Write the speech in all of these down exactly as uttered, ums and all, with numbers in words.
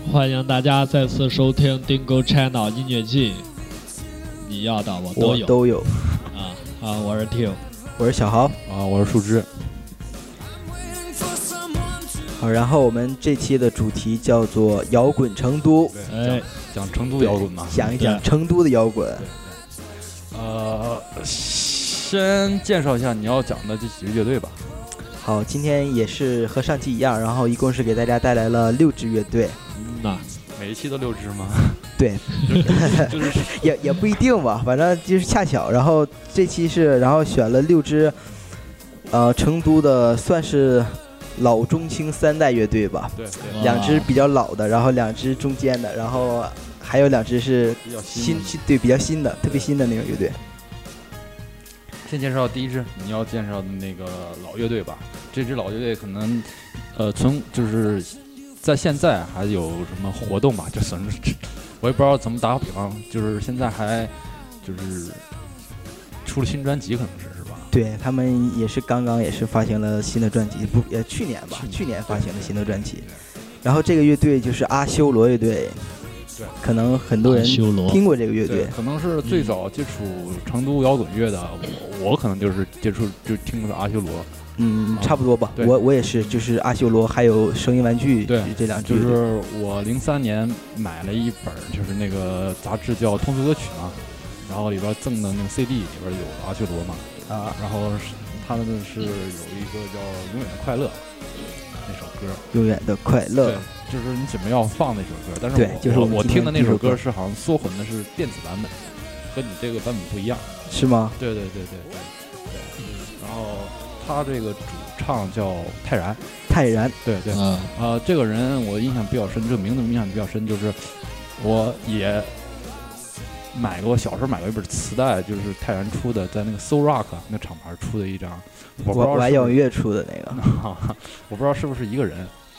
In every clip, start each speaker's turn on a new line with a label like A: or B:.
A: 欢迎大家再次收听 Dingo Channel 音乐季，你要的我都有，
B: 我都有。
A: 啊啊！我是 Tim，
B: 我是小豪，
C: 啊，我是树枝。
B: 好，然后我们这期的主题叫做摇滚成都，
A: 哎，
C: 讲成都摇滚嘛，
B: 讲一讲成都的摇滚。
C: 呃，先介绍一下你要讲的这几个乐队吧。
B: 好，今天也是和上期一样，然后一共是给大家带来了六支乐队。
A: 嗯呐，
C: 每一期都六支吗？
B: 对，
C: 就是
B: 也也不一定吧，反正就是恰巧。然后这期是，然后选了六支，呃，成都的算是老中青三代乐队吧。
C: 对对，
B: 两支比较老的，然后两支中间的，然后还有两支是
C: 比较新
B: 新，对，比较新的，特别新的那种乐队。
C: 先介绍第一支，你要介绍的那个老乐队吧。这支老乐队可能，呃，从就是在现在还有什么活动吧，就算是我也不知道怎么打个比方，就是现在还就是出了新专辑，可能是是吧？
B: 对，他们也是刚刚也是发行了新的专辑，不，也去年吧，去年, 去年发行了新的专辑。然后这个乐队就是阿修罗乐队。
C: 对，
B: 可能很多人听过这个乐队，
C: 可能是最早接触成都摇滚乐的，我我可能就是接触就听的是阿修罗，
B: 嗯，差不多吧。我我也是，就是阿修罗还有声音玩具，
C: 对，
B: 这两支。
C: 就是我零三年买了一本，就是那个杂志叫《通俗歌曲》嘛，然后里边赠的那个 C D 里边有阿修罗嘛，
B: 啊，
C: 然后他们是有一个叫《永远的快乐》那首歌，
B: 《永远的快乐》。
C: 就是你准备要放那首歌，但是
B: 对，就是
C: 我
B: 我
C: 我听的那首歌是好像缩混的是电子版本，和你这个版本不一样，
B: 是吗？
C: 对对对对对对。然后他这个主唱叫泰然，
B: 泰然，
C: 对对，啊、嗯呃，这个人我印象比较深，这个名字印象比较深，就是我也买过，小时候买过一本磁带，就是泰然出的，在那个 Soul Rock 那厂牌出的一张，我不知道
B: 玩摇乐出的那个，
C: 我不知道是不是一个人。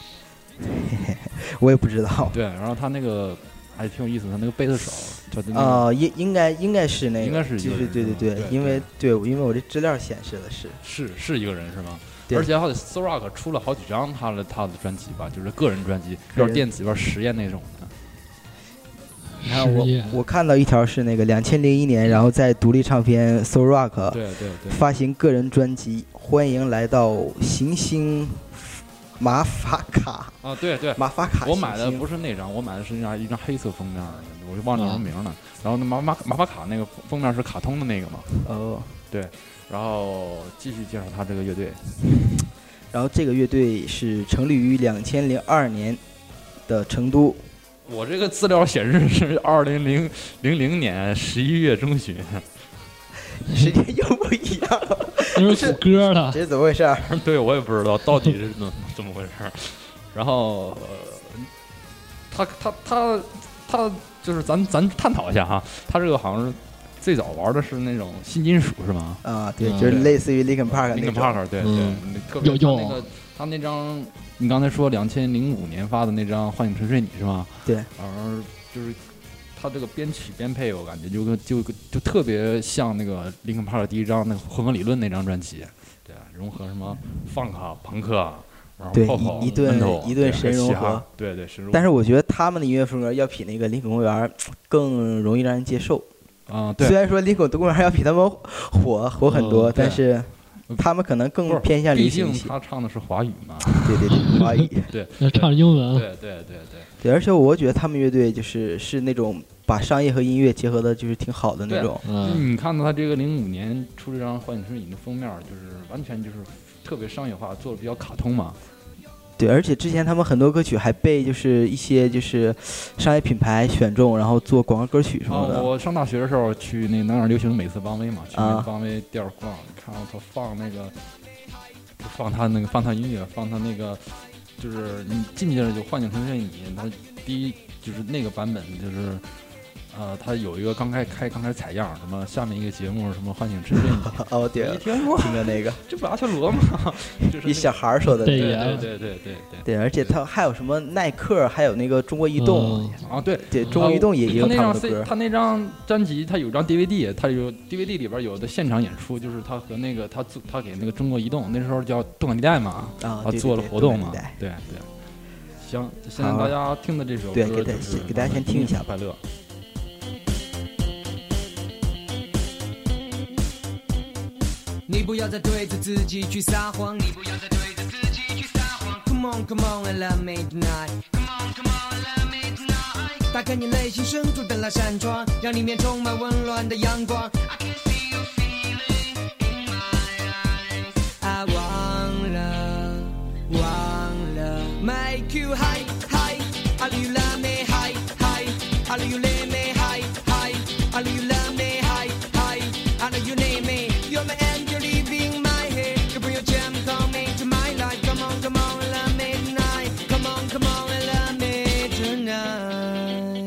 B: 我也不知道。
C: 对，然后他那个还挺有意思，他那个贝斯手叫那个
B: 啊、呃，应应该应该是那个，
C: 应该是一个人，
B: 对对对
C: 对，
B: 因为对，因为我这资料显示的是
C: 是是一个人是吗？而且好像 Soul Rock 出了好几张他的他的专辑吧，就是个人专辑，有点电子，有点实验那种的。
B: 然后我我看到一条是那个两千零一年，然后在独立唱片 Soul Rock
C: 对对对
B: 发行个人专辑，欢迎来到行星。马法卡
C: 啊，对对，
B: 马法卡，
C: 我买的不是那张，我买的是一张一张黑色封面的，我就忘了什么名了。然后那马马马法卡那个封面是卡通的那个嘛？
B: 哦，
C: 对。然后继续介绍他这个乐队。
B: 然后这个乐队是成立于两千零二年的成都。
C: 我这个资料显示是二零零零零年十一月中旬。
B: 时间又不一样了，
A: 这是谷歌了，
B: 这是怎么回事？
C: 对，我也不知道到底是怎怎么回事。然后，呃，他他他他就是咱咱探讨一下哈，他这个好像是最早玩的是那种新金属是吗？
B: 啊，对，就是类似于 Linkin Park 那种。
C: Linkin Park 对对，特别他那个他那张，你刚才说两千零五年发的那张《唤醒沉睡你》是吗？
B: 对，
C: 而就是。他这个编曲编配，我感觉就就就特别像那个林肯帕克第一张那个混合理论那张专辑，对，融合什么放克、朋克，然后
B: 对
C: 泡泡
B: 一顿一顿神融合，
C: 对对神融合。
B: 但是我觉得他们的音乐风格要比那个林肯公园更容易让人接受
C: 啊。对，
B: 虽然说林肯公园要比他们火火很多，
C: 呃、
B: 但是他们可能更偏向流行一些。
C: 毕竟他唱的是华语嘛。
B: 对对对，华语。
C: 对，
A: 唱英文。
C: 对对对对。
B: 对，而且我觉得他们乐队就是是那种把商业和音乐结合的，就是挺好的那种。
C: 嗯，你看到他这个零五年出这张《唤醒沉睡你》的封面，就是完全就是特别商业化，做的比较卡通嘛。
B: 对，而且之前他们很多歌曲还被就是一些就是商业品牌选中，然后做广告歌曲什么的。
C: 啊、我上大学的时候去那南港流行美色邦威嘛，去那个邦威店逛，看到他放那个，放他那个放他音乐，放他那个。就是你进去了就唤醒沉睡你，它第一就是那个版本就是，呃，它有一个刚开开刚开始采样，什么下面一个节目什么唤醒沉睡你。
B: 哦，对了，
C: 听过
B: 听过那个，
C: 这不阿修罗吗？就是
B: 一小孩说的。
A: 对
C: 对对对对对
B: 对，而且它还有什么耐克，还有那个中国移动、
C: 嗯、啊，对
B: 对，中国移动也也有他们的歌。
C: 他那张专辑，他有张 D V D， 他有 D V D 里边有的现场演出，就是他和那个他他给那个中国移动那时候叫动感地带嘛，
B: 啊，
C: 他做了活动嘛，对对。 行，现在大家听的这首歌
B: 对，给大
C: 就是
B: 给大家先听一下
C: 快乐。
D: 你不要再对着自己去撒谎，你不要再对着自己去撒谎。Come on, come on, and love me tonight. Come on, come on, and love me tonight. 打开你内心深处的那扇窗，让里面充满温暖的阳光。I can see you feeling in my eyes. I wanna, wanna make you high, high. I love you, love me, high, high. I love you, let me high, high. I love you, love me, high, high. I know you need me. You're my angel leaving my head. You bring your gem coming to my life. Come on, come on, love me tonight. Come on, come on, love me tonight.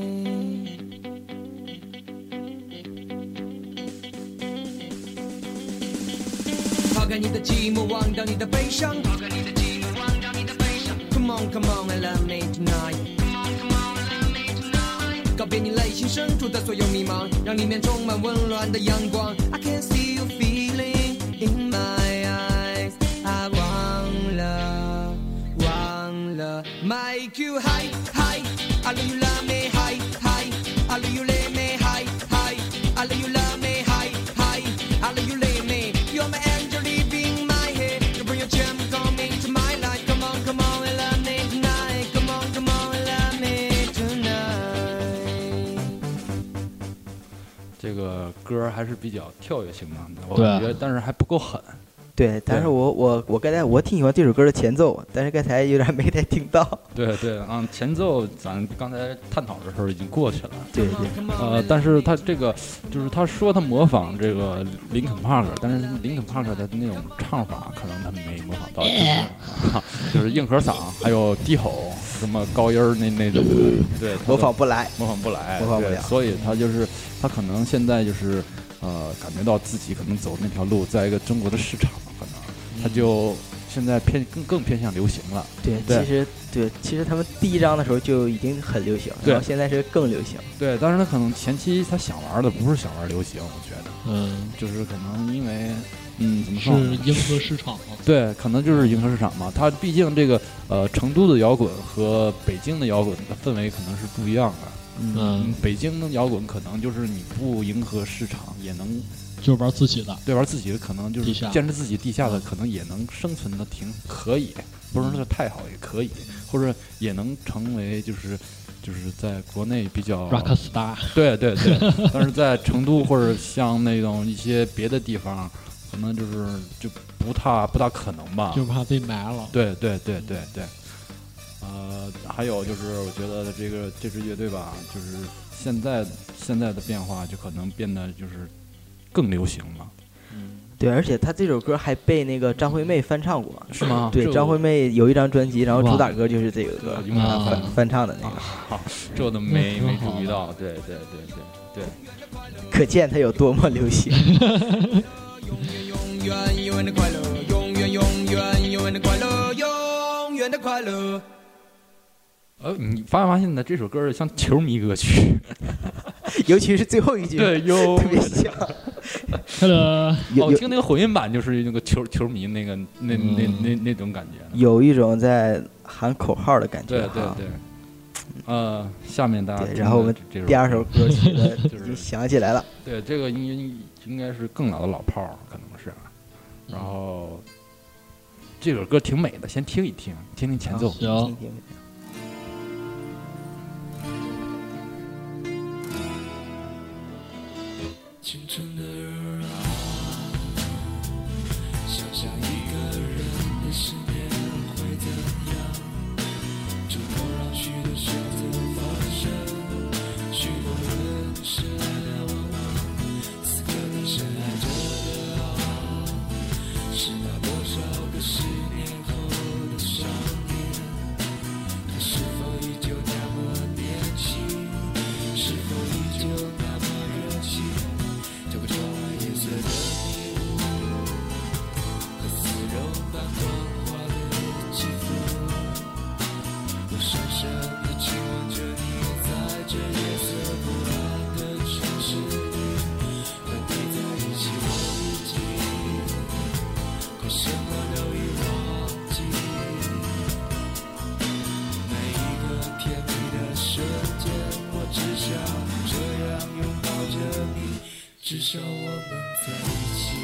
D: 抛开你的寂寞，忘掉你的悲伤。抛开你的寂寞，忘掉你的悲伤。Come on, come on, love me tonight. Come on, come on, love me tonight. 告别你内心深处的所有迷茫，让里面充满温暖的阳光。I can see you feeling in my eyes. I wanna, wanna make you high, high. I love you, love me, high, high. I love you, let me high, high. I love you, love me, high, high. I love you, let me. You're my angel leaving my head. You bring your gem coming to my life. Come on, come on, love me tonight. Come on, come on, love me tonight.
C: 这个歌还是比较跳跃性的，我
A: 对
C: 感觉，但是还不够狠。
B: 对，但是我我我刚才我挺喜欢这首歌的前奏，但是刚才有点没太听到。
C: 对对，嗯，前奏咱刚才探讨的时候已经过去了。
B: 对对，
C: 呃，但是他这个就是他说他模仿这个林肯帕克，但是林肯帕克的那种唱法可能他没模仿到，就是就是硬核嗓，还有低吼，什么高音儿那那种，对，
B: 模仿不来，
C: 模仿不来，
B: 模仿不了。
C: 所以他就是他可能现在就是呃感觉到自己可能走那条路，在一个中国的市场，可能他就现在偏更更偏向流行了。
B: 对，
C: 对
B: 其实对，其实他们第一张的时候就已经很流行，
C: 对
B: 然后现在是更流行。
C: 对，但是他可能前期他想玩的不是想玩流行，我觉得，
A: 嗯，
C: 就是可能因为嗯怎么
A: 是
C: 说，
A: 迎合市场嘛。
C: 对，可能就是迎合市场嘛。它毕竟这个呃成都的摇滚和北京的摇滚的氛围可能是不一样的。
A: 嗯，
C: 北京的摇滚可能就是你不迎合市场也能。
A: 就玩自己的，
C: 对，玩自己的可能就是
A: 地下
C: 坚持自己地下的，可能也能生存的挺可以，不是说太好也可以，或者也能成为就是就是在国内比较
A: rock star。
C: 对对对，但是在成都或者像那种一些别的地方，可能就是就不大不大可能吧，
A: 就怕被埋了。
C: 对对对对对。呃，还有就是我觉得这个这支乐队吧，就是现在现在的变化就可能变得就是更流行了。
B: 对，而且他这首歌还被那个张惠妹翻唱过，
C: 是吗？
B: 对，张惠妹有一张专辑，然后主打歌就是这个歌，
C: 用它
B: 翻翻唱的那个。
C: 好，这我都没没注意到。对对对对对，
B: 可见它有多么流行。
D: 永远永远的快乐，永远永远永远的快乐，永远的快乐。
C: 呃，你发没发现呢？这首歌像球迷歌曲，
B: 尤其是最后一句，
C: 对，有
B: 特别像。
A: Hello，
C: 我听那个混音版就是那个球球迷那个那那那那种感觉，
B: 有一种在喊口号的感觉。
C: 对对对。呃，下面大家
B: 对，然后我们第二首歌曲呢，
C: 就是
B: 想起来了。
C: 对，这个应应该是更老的老炮儿，可能是。然后这首歌挺美的，先听一听，听听前奏。
A: 行。
D: 青春的人啊，想象一个人的十年会怎样？就能让许多选择发生，许多人是来来往往。此刻你深爱着的啊，是那多少个十年后的少年？他是否依旧那么年轻？是否依旧那么热情？这个窗外夜色的迷雾和丝绒般光滑的肌肤，我深深地期望着你在这夜色不安的城市里和你在一起我日记，可什么都已忘记。每一至少我们在一起。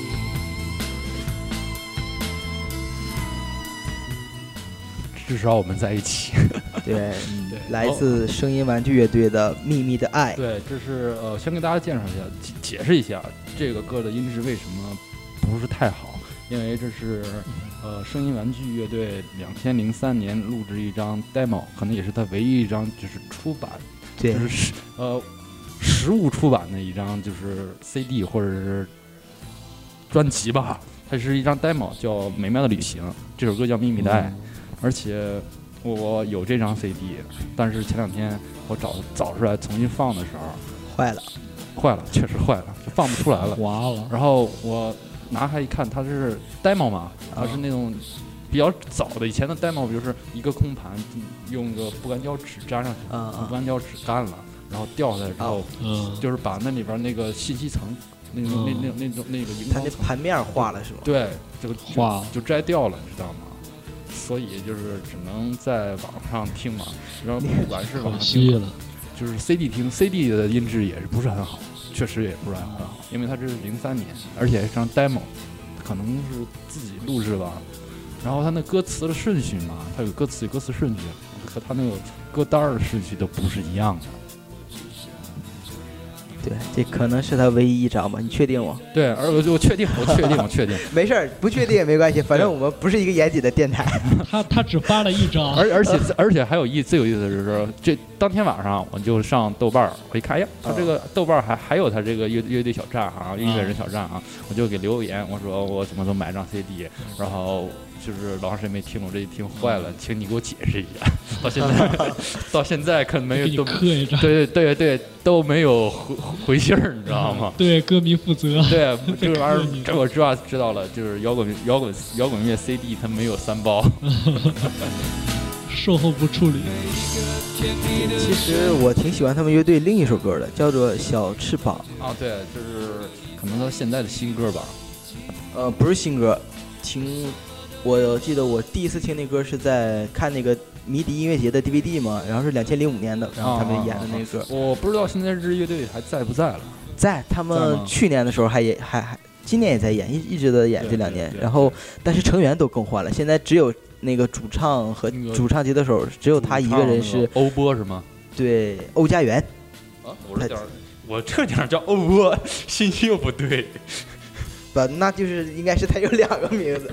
C: 至少我们在一起。
B: 对，
C: 对，
B: 来自声音玩具乐队的《秘密的爱》。
C: 对，这是呃，先给大家介绍一下，解解释一下这个歌的音质为什么不是太好，因为这是呃，声音玩具乐队两千零三年录制一张 demo， 可能也是他唯一一张就是出版，
B: 对，
C: 就是呃实物出版的一张就是 C D 或者是专辑吧，它是一张 demo， 叫《美妙的旅行》，这首歌叫《秘密的爱》。嗯，而且我有这张 C D， 但是前两天我找找出来重新放的时候，
B: 坏了，
C: 坏了，确实坏了，就放不出来了，
A: 滑了。
C: 然后我拿开一看，它是 demo 嘛，它是那种比较早的以前的 demo， 比如是一个空盘，用个不干胶纸粘上去，
B: 嗯嗯，
C: 不干胶纸干了，然后掉下来之后，
A: 嗯，
C: 就是把那里边那个信息层，那种、嗯、那那那种那个荧光层，
B: 它那盘面化了是吧？
C: 对，这个
A: 化
C: 就摘掉了，你知道吗？所以就是只能在网上听嘛，然后不管是网上听，就是 C D 听 ，C D 的音质也是不是很好，确实也不是很好，因为它这是零三年，而且是张 demo， 可能是自己录制吧。然后它那歌词的顺序嘛，它有歌词有歌词顺序，和它那个歌单的顺序都不是一样的。
B: 对，这可能是他唯一一张吧？你确定吗？
C: 对，而我我确定，我确定，我确定。
B: 没事儿，不确定也没关系，反正我们不是一个严谨的电台。
A: 他他只发了一张，
C: 而而且而且还有意最有意思的是说，这当天晚上我就上豆瓣儿，我一看，哎呀，他这个豆瓣儿还还有他这个乐乐队小站啊，音乐人小站啊，我就给留言，我说我怎么怎么买张 C D， 然后就是老长时间没听，我这一听坏了，请你给我解释一下。到现在到现在可能没有都
A: 刻一张，
C: 对对对对，都没有回回信儿，你知道吗？
A: 对歌迷负责。
C: 对，这个玩意儿，这我知道知道了，就是摇滚摇滚摇滚乐 C D 它没有三包，
A: 售后不处理。
B: 其实我挺喜欢他们乐队另一首歌的，叫做《小翅膀》。
C: 啊，对，就是可能他现在的新歌吧。
B: 呃，不是新歌，听。我记得我第一次听那歌是在看那个迷笛音乐节的 D V D 嘛，然后是两千零五年的，然后他们演的那个歌。
C: 啊啊啊、我不知道现在这支乐队还在不在了。
B: 在，他们去年的时候还也还还，今年也在演，一一直都在演这两年。然后，但是成员都更换了，现在只有那个主唱和主唱吉他手，只有他一个人是
C: 欧波是吗？
B: 对，欧家园。
C: 啊，我这点我这点叫欧波，信息又不对。
B: 不，那就是应该是他有两个名字。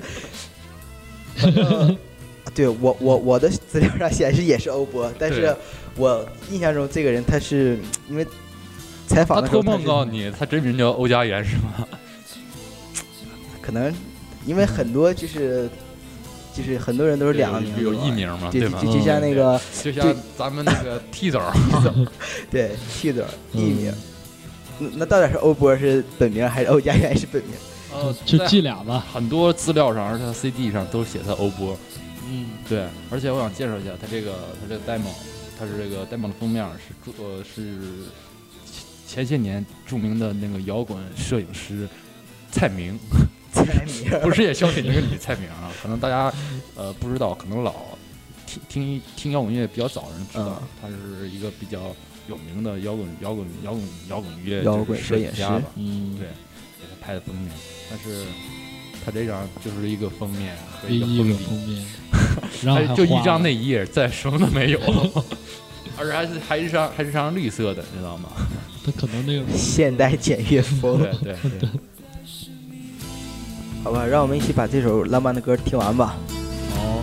B: 对我我我的资料上显示也是欧波，但是我印象中这个人他是因为采访的时候
C: 他托梦告诉你他真名叫欧家园是吗？
B: 可能因为很多就是就是很多人都是两个名字，
C: 有艺名嘛，
B: 对
C: 吧？
B: 就就像那个
C: 就像咱们那个 T 总，
B: 对 T 总艺名，那到底是欧波是本名还是欧家园是本名？
C: 呃，
A: 就记俩吧。
C: 很多资料上，而且 C D 上都写他欧波。
A: 嗯，
C: 对。而且我想介绍一下他这个他这个 demo， 他是这个 demo 的封面是呃是前些年著名的那个摇滚摄影师蔡明。
B: 蔡明
C: 不是也消息那个女蔡明啊？可能大家呃不知道，可能老听听听摇滚乐比较早的人知道，他、嗯、是一个比较有名的摇滚摇滚摇滚摇滚乐
B: 摇滚摄影师
C: 吧。
A: 嗯，
C: 对。给他拍的封面，但是他这张就是一个封面和
A: 一
C: 个
A: 封封面，然后
C: 就一张内页，再什么都没有，而且还是还是张还是张绿色的，你知道吗？
A: 他可能那个
B: 现代简约风。
C: 对对对。
B: 好吧，让我们一起把这首浪漫的歌听完吧。
A: 好。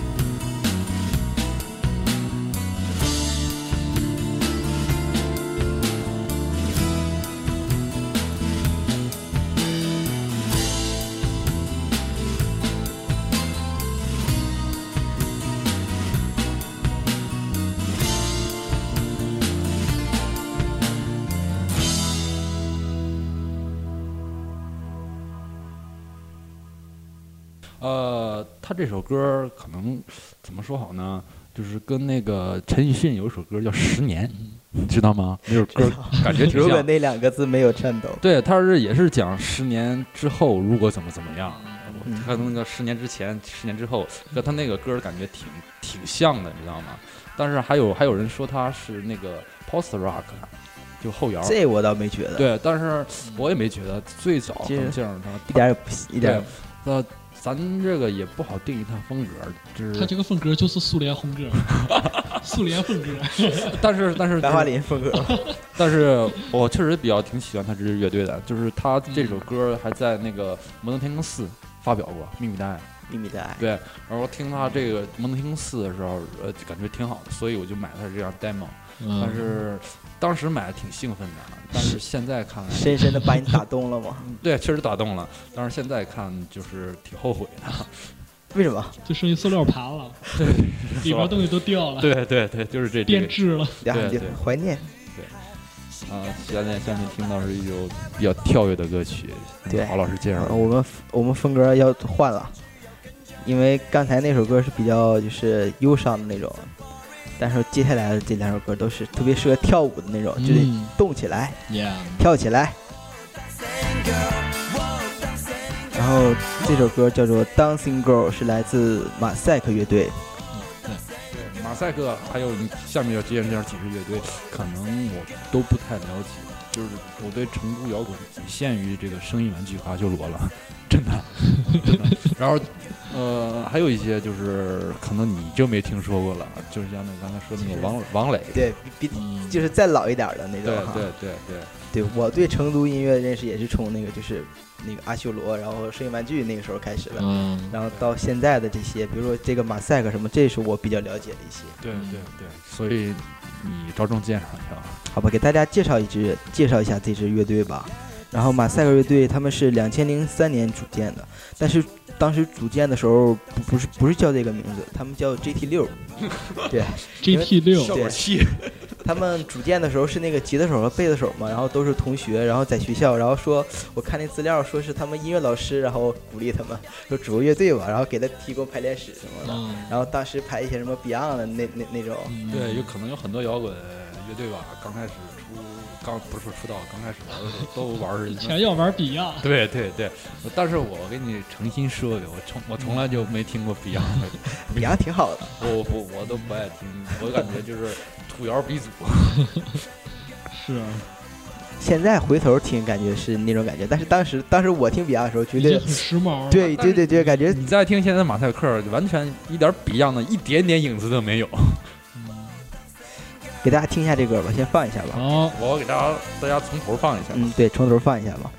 C: 呃，他这首歌可能怎么说好呢？就是跟那个陈奕迅有一首歌叫《十年》，你知道吗？那首歌感觉挺像。
B: 如果那两个字没有颤抖。
C: 对，他是也是讲十年之后如果怎么怎么样。嗯、他那个十年之前、十年之后，和他那个歌感觉挺挺像的，你知道吗？但是还有还有人说他是那个 post rock， 就后摇。
B: 这我倒没觉得。
C: 对，但是我也没觉得最早更像他，
B: 一点也不一点。
C: 那咱这个也不好定义他风格，就是
A: 他这个风格就是苏联风格，苏联风格。
C: 但是但是
B: 白桦林风格。
C: 但是我确实比较挺喜欢他这支乐队的，就是他这首歌还在那个《摩登天空四》发表过《秘密的爱》。
B: 秘密的爱。
C: 对，然后听他这个《摩登天空四》的时候，呃，感觉挺好的，所以我就买他这样 demo。
A: 嗯、
C: 但是当时买的挺兴奋的，但是现在看来，
B: 深深的把你打动了吗？
C: 对，确实打动了。但是现在看就是挺后悔的。
B: 为什么？
A: 就剩一塑料盘了，
C: 对，
A: 里边东西都掉了。
C: 对对对，就是这
A: 变质了。
C: 对对，
B: 怀念。
C: 对。啊，下面下面听到是一首比较跳跃的歌曲，
B: 对，
C: 郝老师介绍、
B: 嗯。我们我们风格要换了，因为刚才那首歌是比较就是忧伤的那种。但是接下来的这两首歌都是特别适合跳舞的那种，嗯、就是动起来、
A: yeah.
B: 跳起来。然后这首歌叫做《Dancing Girl》，是来自马赛克乐队。
C: 对对，马赛克还有你下面要接这样几支乐队，可能我都不太了解。就是我对成都摇滚仅限于这个声音玩具和阿修罗了，真的。真的然后。呃，还有一些就是可能你就没听说过了，就是像那刚才说的那个王王磊，
B: 对，比
C: 嗯、
B: 就是再老一点的那种。
C: 对对对
B: 对，对我对成都音乐认识也是从那个就是那个阿修罗，然后声音玩具那个时候开始的，
A: 嗯，
B: 然后到现在的这些，比如说这个马赛克什么，这是我比较了解的一些。
C: 对对对，所以你着重介绍一下，
B: 好吧，给大家介绍一支，介绍一下这支乐队吧。然后马赛克乐队他们是两千零三年组建的，但是当时组建的时候不不是不是叫这个名字，他们叫 G T 六，对
A: ，G T 六，
C: 效果器。
B: 他们组建的时候是那个吉他手和贝斯手嘛，然后都是同学，然后在学校，然后说我看那资料说是他们音乐老师，然后鼓励他们说组个乐队吧，然后给他提供排练室什么的，
A: 嗯、
B: 然后当时排一些什么 Beyond 的那那那种，
C: 对，有可能有很多摇滚乐队吧，刚开始出。刚不是出道，刚开始玩的时候都玩
A: 以前要玩 Beyond，
C: 对对对，但是我跟你诚心说的，我从我从来就没听过
B: Beyond，Beyond 挺好的，
C: 我我我都不爱听，我感觉就是土摇鼻祖。
A: 是啊，
B: 现在回头听感觉是那种感觉，但是当时当时我听 Beyond 的时候觉得
A: 很时髦，
B: 对对对对，感觉
C: 你再听现在的马赛克，完全一点 Beyond 的一点点影子都没有。
B: 给大家听一下这歌吧，先放一下吧。
A: 好，
C: 我给大家大家从头放一下。
B: 嗯，对，从头放一下吧。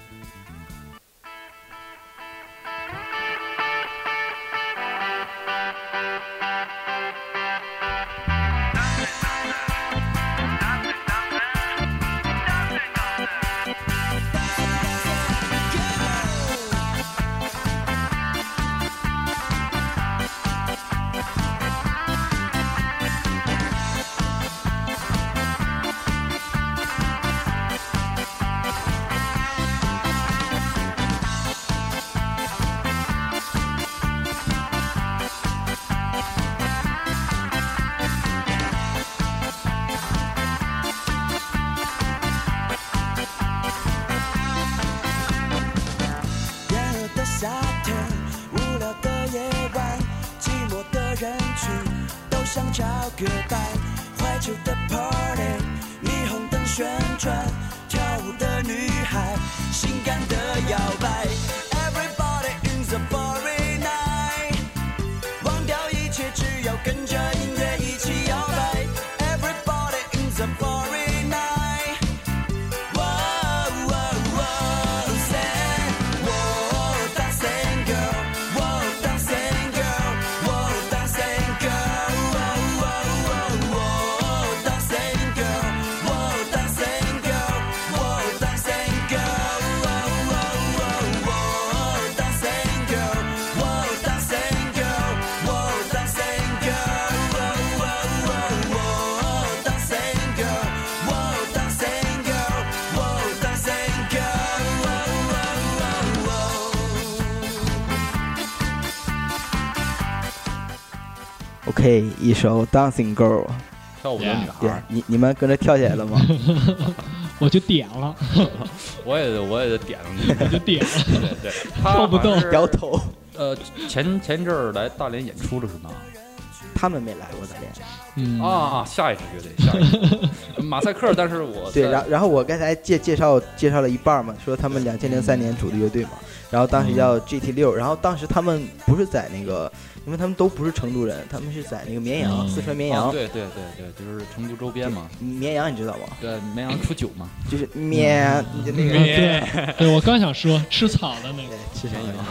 D: 想找个伴，怀旧的 party， 霓虹灯旋转，跳舞的女孩，性感的摇摆。Everybody in the party night， 忘掉一切，只要跟着音乐一起摇摆。Everybody in the party night。Wow，wow，wow，say，wow，dancing girl，wow，dancing
B: girl，OK， 一首 Dancing Girl，
C: 跳舞的女孩。
B: 对，你你们跟着跳起来了吗？
A: 我就点了，
C: 我也我也点了，
A: 我就点了，
C: 对对，
A: 跳不动，
B: 摇头。
C: 呃，前前阵儿来大连演出了是吗？
B: 他们没来过咱连。
A: 嗯
C: 啊啊，下一支乐队，下一支马赛克，但是我
B: 对，然然后我刚才介介绍介绍了一半嘛，说他们两千零三年组的乐队嘛，然后当时叫 G T 六，然后当时他们不是在那个，因为他们都不是成都人，他们是在那个绵阳，
A: 嗯、
B: 四川绵阳、
C: 啊。对对对对，就是成都周边嘛。
B: 绵阳你知道吗？
C: 对，绵阳出酒嘛，
B: 就是绵，你就那个。
A: 对，对我刚想说吃草的那个，
B: 吃草的绵阳。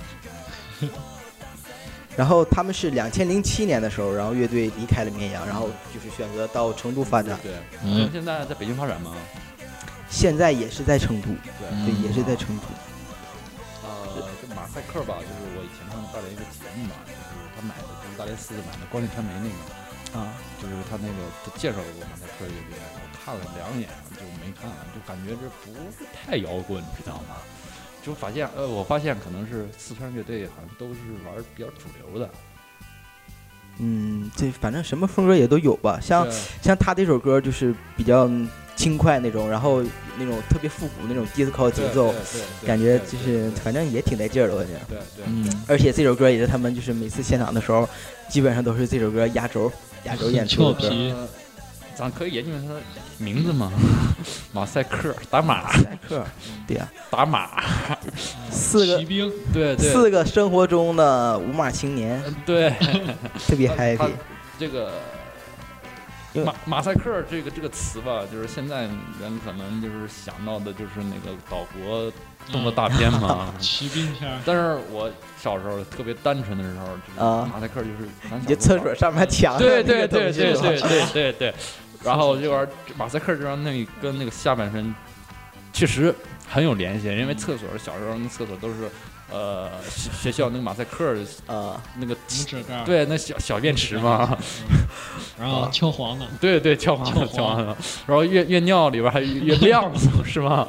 B: 然后他们是两千零七年的时候，然后乐队离开了绵阳，然后就是选择到成都发展。
C: 对，
A: 嗯，
C: 现在在北京发展吗？
B: 现在也是在成都，
C: 对，
B: 对，也是在成都。
C: 呃，这马赛克吧，就是我以前看带来一个节目嘛，就是他买的，就是大连寺买的光电传媒那个，
B: 啊，
C: 就是他那个他介绍过马赛克乐队，我看了两眼就没看，就感觉这不是太摇滚，你知道吗？就发现，呃，我发现可能是四川乐队好像都是玩比较主流的。
B: 嗯，这反正什么风格也都有吧。像像他这首歌就是比较轻快那种，然后那种特别复古那种 disco 节奏，感觉就是反正也挺带劲儿的，我觉得。
C: 对对。
A: 嗯。
B: 而且这首歌也是他们就是每次现场的时候，基本上都是这首歌压轴压轴演出的歌。
A: 呃
C: 咱可以研究它的名字吗？马赛克，打马。
B: 马赛克，对呀、
C: 啊，打马。
B: 四个
A: 骑兵，
C: 对对。
B: 四个生活中的五马青年，
C: 对，
B: 特别 happy。
C: 这个马马赛克这个这个词吧，就是现在人可能就是想到的就是那个岛国动作大片嘛，
A: 嗯、骑兵片。
C: 但是我小时候特别单纯的时候，就是马赛克就是
B: 你就厕所上面墙
C: 对对对对对对对对。然后这玩马赛克这样那跟那个下半身确实很有联系，因为厕所小时候那厕所都是呃学校那个马赛克
B: 呃
C: 那个
A: 拇指盖，
C: 对，那小小便池嘛，
A: 然后敲黄的，
C: 对对敲黄的敲黄的，然后越越尿里边还越亮是吗？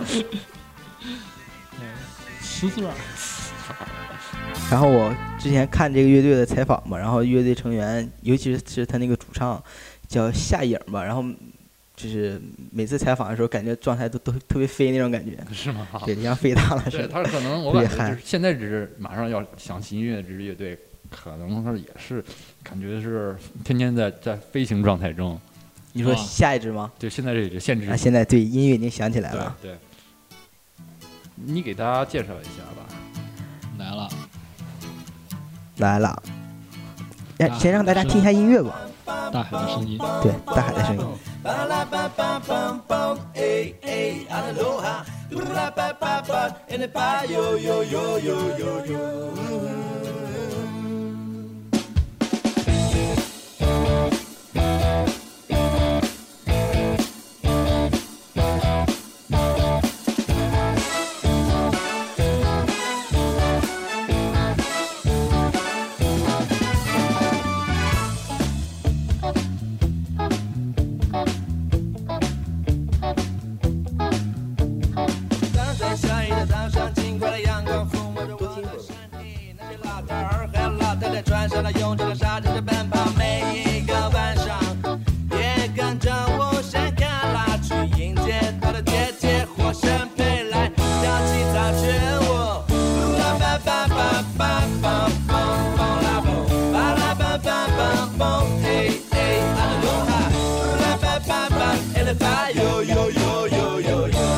A: 瓷字。
B: 然后我之前看这个乐队的采访嘛，然后乐队成员尤其是他那个主唱。叫夏颖吧，然后就是每次采访的时候，感觉状态都都特别飞那种感觉，
C: 是吗？
B: 对，像飞大了似
C: 对，
B: 的。
C: 他可能我感觉就是现在只是马上要想起音乐这支乐队，可能他也是感觉是天天在在飞行状态中。
B: 你说下一支吗？
C: 对，现在这支现支。
B: 啊，现在对音乐已经响起来了。
C: 对。对你给大家介绍一下吧。
A: 来了。
B: 来了。哎，先让大家听一下音乐吧。
A: 大海的声音，
B: 对，大海的声音。
D: 穿上了拥挤的沙滩的奔跑，每一个晚上也跟着无声看蜡去迎接他的姐姐火神陪来跳起草裙舞，啦吧吧吧吧吧吧啦嘣，吧啦吧吧吧嘣，嘿嘿，阿拉罗哈，啦吧吧吧，哎啦吧哟哟哟哟哟哟，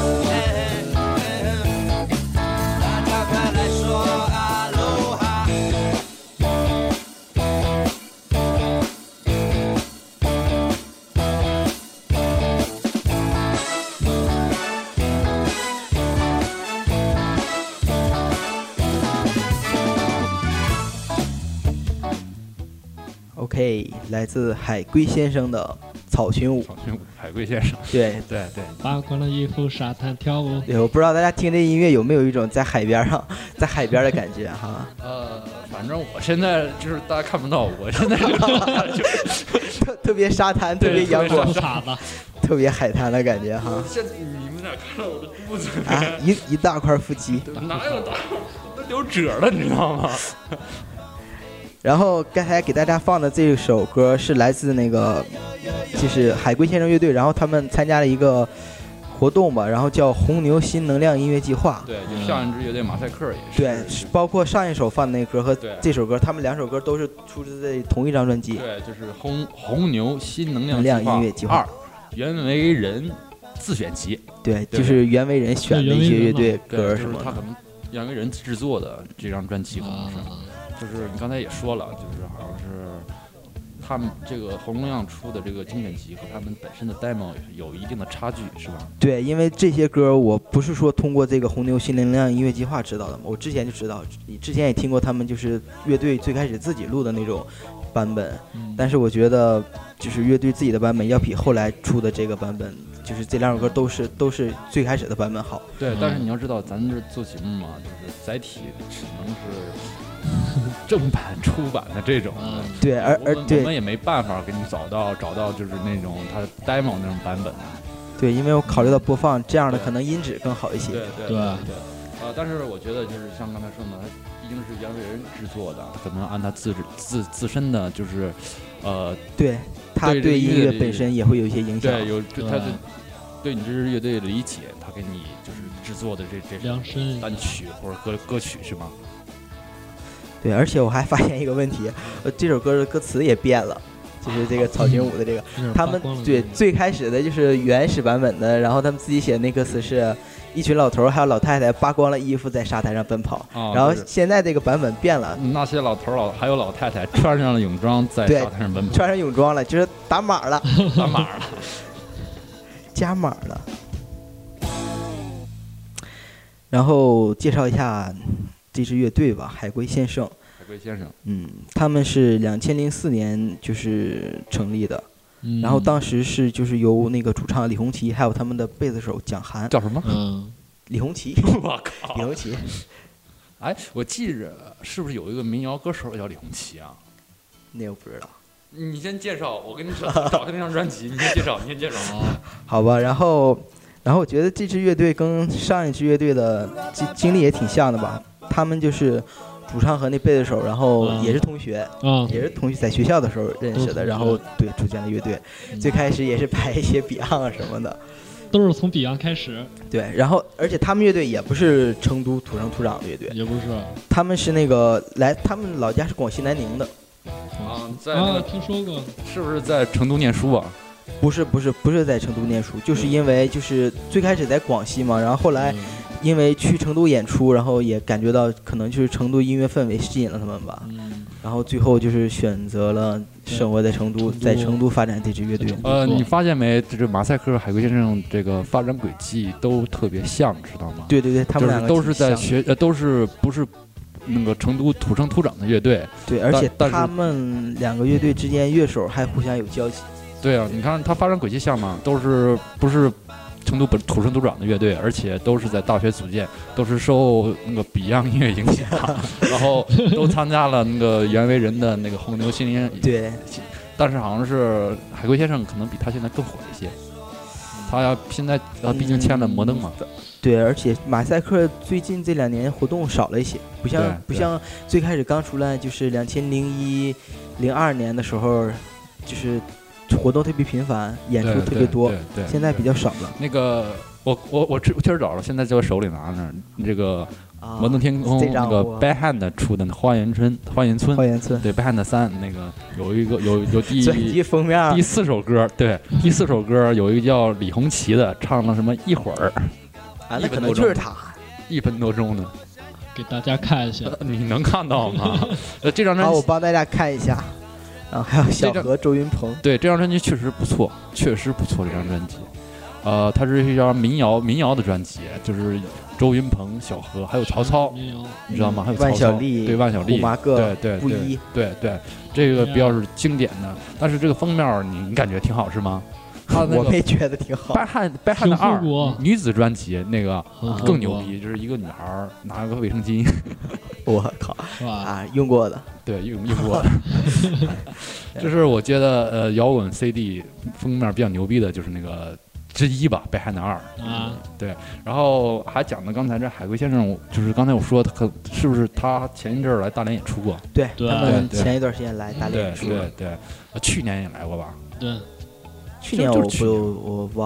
D: 大家快来说阿罗哈。
B: OK， 来自海龟先生的草裙舞。
C: 草裙舞，海龟先生。
B: 对
C: 对对。
A: 扒光了衣服，沙滩跳舞。
B: 对，我不知道大家听这音乐有没有一种在海边上，在海边的感觉哈。
C: 呃，反正我现在就是大家看不到，我现在就是
B: 特特别沙滩，特别阳光，特别海滩的感觉哈。
C: 现在你们俩看到我的肚子
B: 啊，一一大块腹肌。
C: 哪有大块？都流褶了，你知道吗？
B: 然后刚才给大家放的这首歌是来自那个，就是海龟先生乐队，然后他们参加了一个活动吧，然后叫红牛新能量音乐计划。
C: 对，就上一支乐队马赛克也是。
B: 对，包括上一首放的那歌和
C: 对
B: 这首歌，他们两首歌都是出自在同一张专辑。
C: 对，就是红红牛新能量
B: 音乐计划
C: 二，袁惟仁自选集。
B: 对，就是袁惟仁选的一些乐队歌什么的。
C: 就是他可能袁惟仁制作的这张专辑可能是，就是你刚才也说了，就是好像是。他们这个红能量出的这个精选集和他们本身的 demo 有一定的差距，是吧？
B: 对，因为这些歌我不是说通过这个红牛新能量音乐计划知道的嘛，我之前就知道，你之前也听过他们就是乐队最开始自己录的那种版本，
A: 嗯、
B: 但是我觉得就是乐队自己的版本要比后来出的这个版本，就是这两首歌都是都是最开始的版本好。
C: 对，但是你要知道，咱这做节目嘛，就是载体只能是。正版出版的这种，
A: 嗯、
B: 对，而而对
C: 我们也没办法给你找到找到就是那种它 demo 那种版本。
B: 对，因为我考虑到播放这样的可能音质更好一些。
C: 对对
A: 对
C: 对。呃，但是我觉得就是像刚才说的，它毕竟是袁惟仁制作的，他可能按他自自自身的就是，呃，
B: 对，他对音乐本身也会有一些影响。
C: 对，有他的对你这支乐队的理解，他给你就是制作的这这
A: 量身
C: 单曲或者歌歌曲是吗？
B: 对，而且我还发现一个问题，呃，这首歌的歌词也变了，就是这个草裙舞的这个，
A: 嗯、
B: 他们对最开始的就是原始版本的，然后他们自己写的那歌词是一群老头还有老太太扒光了衣服在沙滩上奔跑，
C: 哦、
B: 然后现在这个版本变了，
C: 那些老头老还有老太太穿上了泳装在沙滩上奔跑，
B: 穿上泳装了，就是打码了，
C: 打码了，
B: 加码了。然后介绍一下。这支乐队吧，海龟先生。
C: 海龟先生，
B: 嗯，他们是两千零四年就是成立的，
A: 嗯、
B: 然后当时是就是由那个主唱李红旗，还有他们的贝斯手蒋涵。
C: 叫什么？
A: 嗯，
B: 李红旗。
C: 我靠，
B: 李红旗。
C: 哎，我记着是不是有一个民谣歌手叫李红旗啊？
B: 那我不知道。
C: 你先介绍，我跟你找找那张专辑，你先介绍，你先介绍啊。
B: 好吧，然后，然后我觉得这支乐队跟上一支乐队的经经历也挺像的吧。他们就是主唱和那贝斯手，然后也是同学，
A: 嗯，
B: 也是同学，在学校的时候认识的，然后对组建的乐队，
A: 嗯、
B: 最开始也是排一些 Beyond 什么的，
A: 都是从 Beyond 开始。
B: 对，然后而且他们乐队也不是成都土生土长的乐队，
A: 也不是，
B: 他们是那个来，他们老家是广西南宁的。
C: 啊，在那个、
A: 啊、听说过，
C: 是不是在成都念书啊？
B: 不是，不是，不是在成都念书，就是因为就是最开始在广西嘛，然后后来。嗯因为去成都演出，然后也感觉到可能就是成都音乐氛围吸引了他们吧，
A: 嗯，
B: 然后最后就是选择了生活在成都，在成都发展这支乐队。
C: 呃，你发现没？这马赛克、海龟先生这个发展轨迹都特别像，知道吗？
B: 对对对，他们两个
C: 都是在学，呃，都是不是那个成都土生土长的乐队。
B: 对，而且他们两个乐队之间乐手还互相有交集。
C: 对啊，你看他发展轨迹像吗？都是不是？成都本土生土长的乐队，而且都是在大学组建，都是受那个 Beyond 音乐影响，然后都参加了那个袁惟仁的那个红牛新能源。
B: 对，
C: 但是好像是海龟先生可能比他现在更火一些。他要现在呃，毕竟签了摩登嘛、
B: 嗯。对，而且马赛克最近这两年活动少了一些，不像不像最开始刚出来就是两千零一、零二年的时候，就是。活动特别频繁，演出特别多，
C: 对对对，
B: 现在比较少了。
C: 那个，我我我确确实找了，现在在我手里拿着这个摩登天空、啊、那个 Bad Hand 出的花园村，花园村，
B: 花园村，
C: 对 Bad Hand 三那个有一个有有第
B: 专辑封面
C: 第四首歌，对，第四首歌有一个叫李红旗的，唱了什么一会儿，
B: 啊，那可能就是他，
C: 一分多钟呢，
A: 给大家看一下，
C: 你能看到吗？呃，这张专辑，
B: 好，我帮大家看一下。然后还有小何、周云鹏，
C: 对，这张专辑确实不错，确实不错。这张专辑，呃，它是一张民谣民谣的专辑，就是周云鹏、小何还有曹操，你知道吗？还有曹操
B: 万晓利，
C: 对，万晓利，
B: 胡麻个，
C: 对对
B: 布衣，
C: 对对，这个比较是经典的。但是这个封面你你感觉挺好是吗？他那个
B: 我没觉得挺好。
C: 白汉白汉的二女子专辑那个更牛逼，就是一个女孩拿个卫生巾，
B: 我靠啊，用过的，
C: 对，用用过的。这是我觉得呃摇滚 C D 封面比较牛逼的，就是那个之一吧，白汉的二
A: 啊，
C: 对。然后还讲的刚才这海龟先生，就是刚才我说他可是不是他前一阵儿来大连演出过？
B: 对，
A: 对
B: 他们前一段时间来大连演出，
C: 对对对，去年也来过吧？
A: 对。
B: 去年我不我忘了，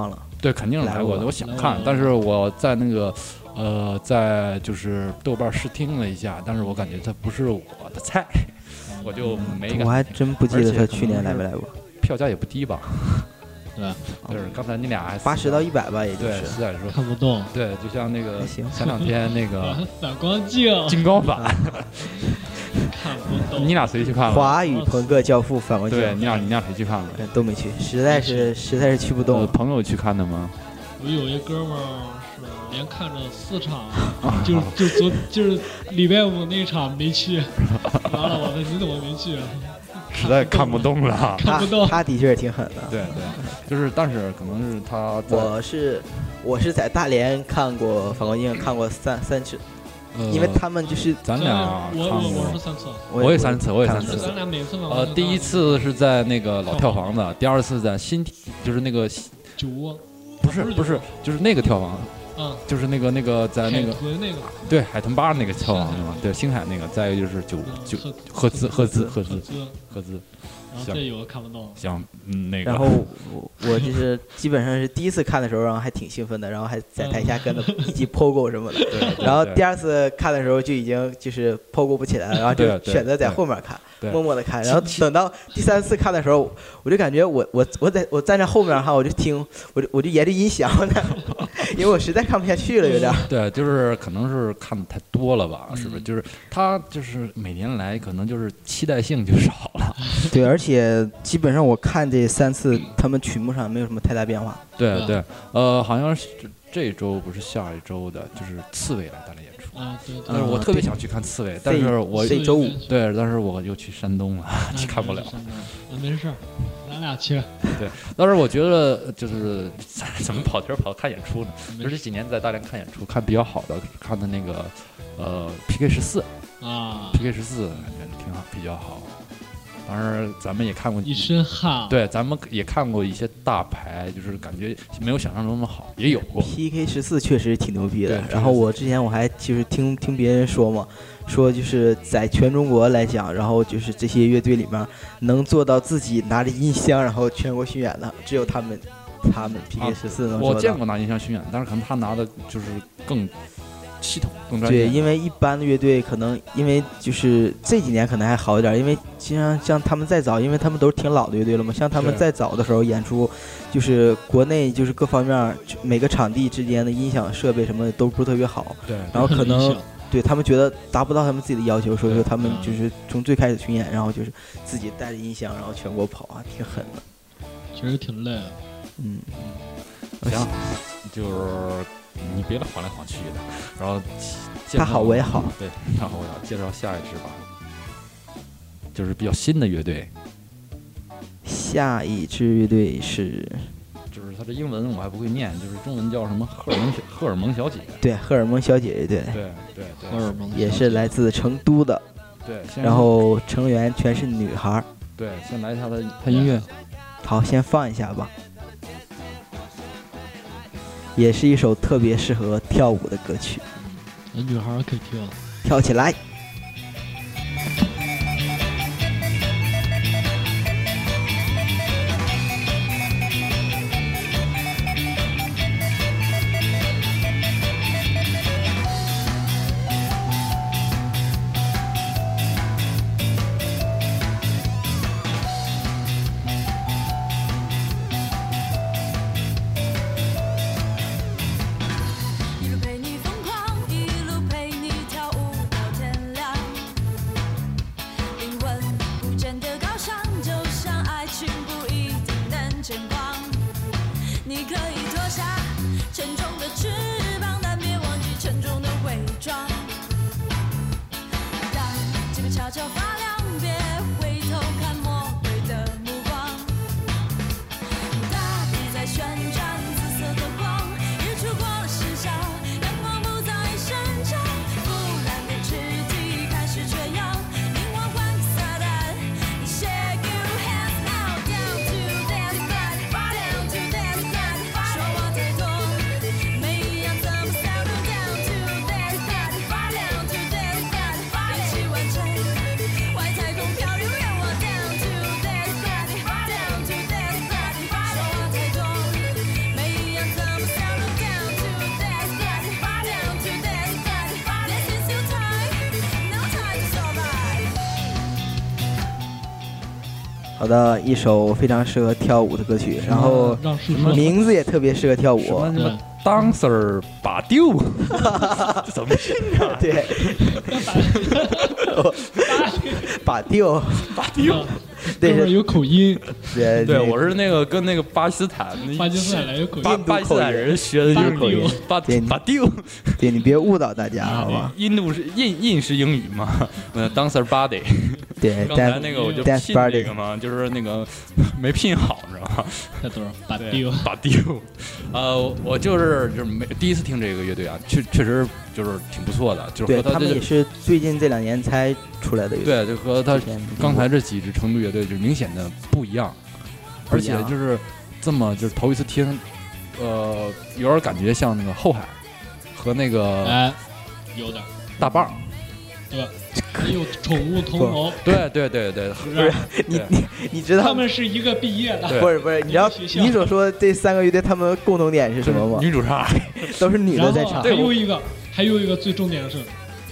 C: 对，肯定来过的，我想看，但是我在那个呃，在就是豆瓣试听了一下，但是我感觉它不是我的菜，我就没感觉。
B: 我还真不记得他去年来没来过。
C: 票价也不低吧？
A: 对，
C: 就是刚才你俩还
B: 八十到一百吧，也就是。
C: 对，实在说
A: 看不懂。
C: 对，就像那个前两天那个
A: 反光镜
C: 金刚版，
A: 看不懂。
C: 你俩谁去看了？
B: 华语朋克教父反光镜。
C: 对，你俩你俩谁去看了？
B: 都没去，实在是实在是去不动。
C: 呃、朋友去看的吗？
A: 我有一哥们儿是连看了四场，就就昨就是礼拜五那场没去，完了我问你怎么没去？
C: 实在看不动了，
A: 看不动。
B: 他的确是挺狠的。
C: 对对，就是但是可能是他。
B: 我是我是在大连看过反光镜，看过三三次。呃、因为他们就是
C: 咱俩
A: 我我我是三次，
C: 我也三次，我也三次。
A: 咱俩每次
C: 呃，第一次是在那个老跳房子，第二次在新，就是那个
A: 酒窝。
C: 不是不是，就是那个跳房，
A: 嗯，
C: 就是那个那个在那个
A: 那个
C: 对海豚吧那个跳房是吗？对，星海那个，再一个就是九九赫兹赫兹赫兹赫兹。
A: 然后这有个看不懂，
C: 行，嗯，那个。
B: 然后我我就是基本上是第一次看的时候，然后还挺兴奋的，然后还在台下跟着一起 pogo 什么的。然后第二次看的时候就已经就是 pogo 不起来了，然后就选择在后面看，默默的看。然后等到第三次看的时候，我就感觉我我我在我站在后面哈，我就听，我就我就沿着音响呢，因为我实在看不下去了，有点。
C: 对，就是可能是看的太多了吧，是不是？就是他就是每年来，可能就是期待性就少了。
B: 对，而且基本上我看这三次，他们曲目上没有什么太大变化。
C: 对对，呃，好像是这周不是下一周的，就是刺猬来大连演出。
A: 啊，对。
C: 但是我特别想去看刺猬，但是我
B: 这周五
C: 对，但是我又去山东了，去看不了。
A: 那没事，咱俩去。
C: 对，但是我觉得就是怎么跑题跑看演出呢？就这几年在大连看演出，看比较好的，看的那个呃 P K 十四
A: 啊
C: ，P K 十四感觉挺好，比较好。当然，咱们也看过
A: 一身汗。
C: 对，咱们也看过一些大牌，就是感觉没有想象中那么好，也有过。
B: P K 十四确实挺牛逼的。然后我之前我还就是听听别人说嘛，说就是在全中国来讲，然后就是这些乐队里面能做到自己拿着音箱然后全国巡演的，只有他们，他们 P K 十四能做到。
C: 我见过拿音箱巡演，但是可能他拿的就是更。系统更专
B: 业。对，因为一般的乐队可能因为就是这几年可能还好一点，因为经常像他们再早，因为他们都是挺老的乐队了嘛，像他们再早的时候演出，就是国内就是各方面每个场地之间的音响设备什么的都不是特别好，
C: 对，
B: 然后可能对他们觉得达不到他们自己的要求，所以说他们就是从最开始巡演，然后就是自己带着音响，然后全国跑啊，挺狠的，
A: 其实挺累的。
B: 嗯
C: 嗯，行，就是。你别老晃来晃去的，然后
B: 他好我也好，
C: 对，他好我也好。介绍下一支吧，就是比较新的乐队。
B: 下一支乐队是，
C: 就是他这英文我还不会念，就是中文叫什么荷尔蒙荷尔蒙小姐。
B: 对，荷尔蒙小姐乐队，
C: 对对对，
A: 荷尔蒙
B: 也是来自成都的，
C: 对，
B: 然后成员全是女孩。
C: 对，先来一下他他音乐，
B: 好，先放一下吧。也是一首特别适合跳舞的歌曲，
A: 嗯，女孩可以跳，
B: 跳起来。 好的，一首非常适合跳舞的歌曲，然后
A: 让叔叔
B: 名字也特别适合跳舞。
C: 什么什么 dancer 把丢，这怎么拼啊？
B: 对，把丢，
A: 把丢，
B: 对
A: 这有口音。
B: 对
C: 对，我是那个跟那个巴基斯坦
A: 巴基斯坦来有口音，
C: 巴巴基斯坦人学的英语，把把丢。
B: 对你别误导大家，好吧？
C: 印度是印印式英语嘛，呃 ，dancer body。
B: 对，
C: 刚才那个我就拼这个嘛，就是那个没拼好，你知道吗？
A: 太多了，把丢，
C: 把丢。呃，我就是就是没第一次听这个乐队啊，确确实就是挺不错的，就是和
B: 他们也是最近这两年才出来的乐队。
C: 对，就和他刚才这几支成都乐队就明显的不一样，而且就是这么就是头一次听，呃，有点感觉像那个后海和那个
A: 哎，有点
C: 大棒，
A: 对吧？还有宠物同谋，
C: 对对对对，
B: 不是你你你知道
A: 他们是一个毕业的，
B: 不是不是，你知道你所说这三个乐队他们共同点是什么吗？
C: 女主唱
B: 都是女的在唱，
A: 还有一个还有一个最重点的是，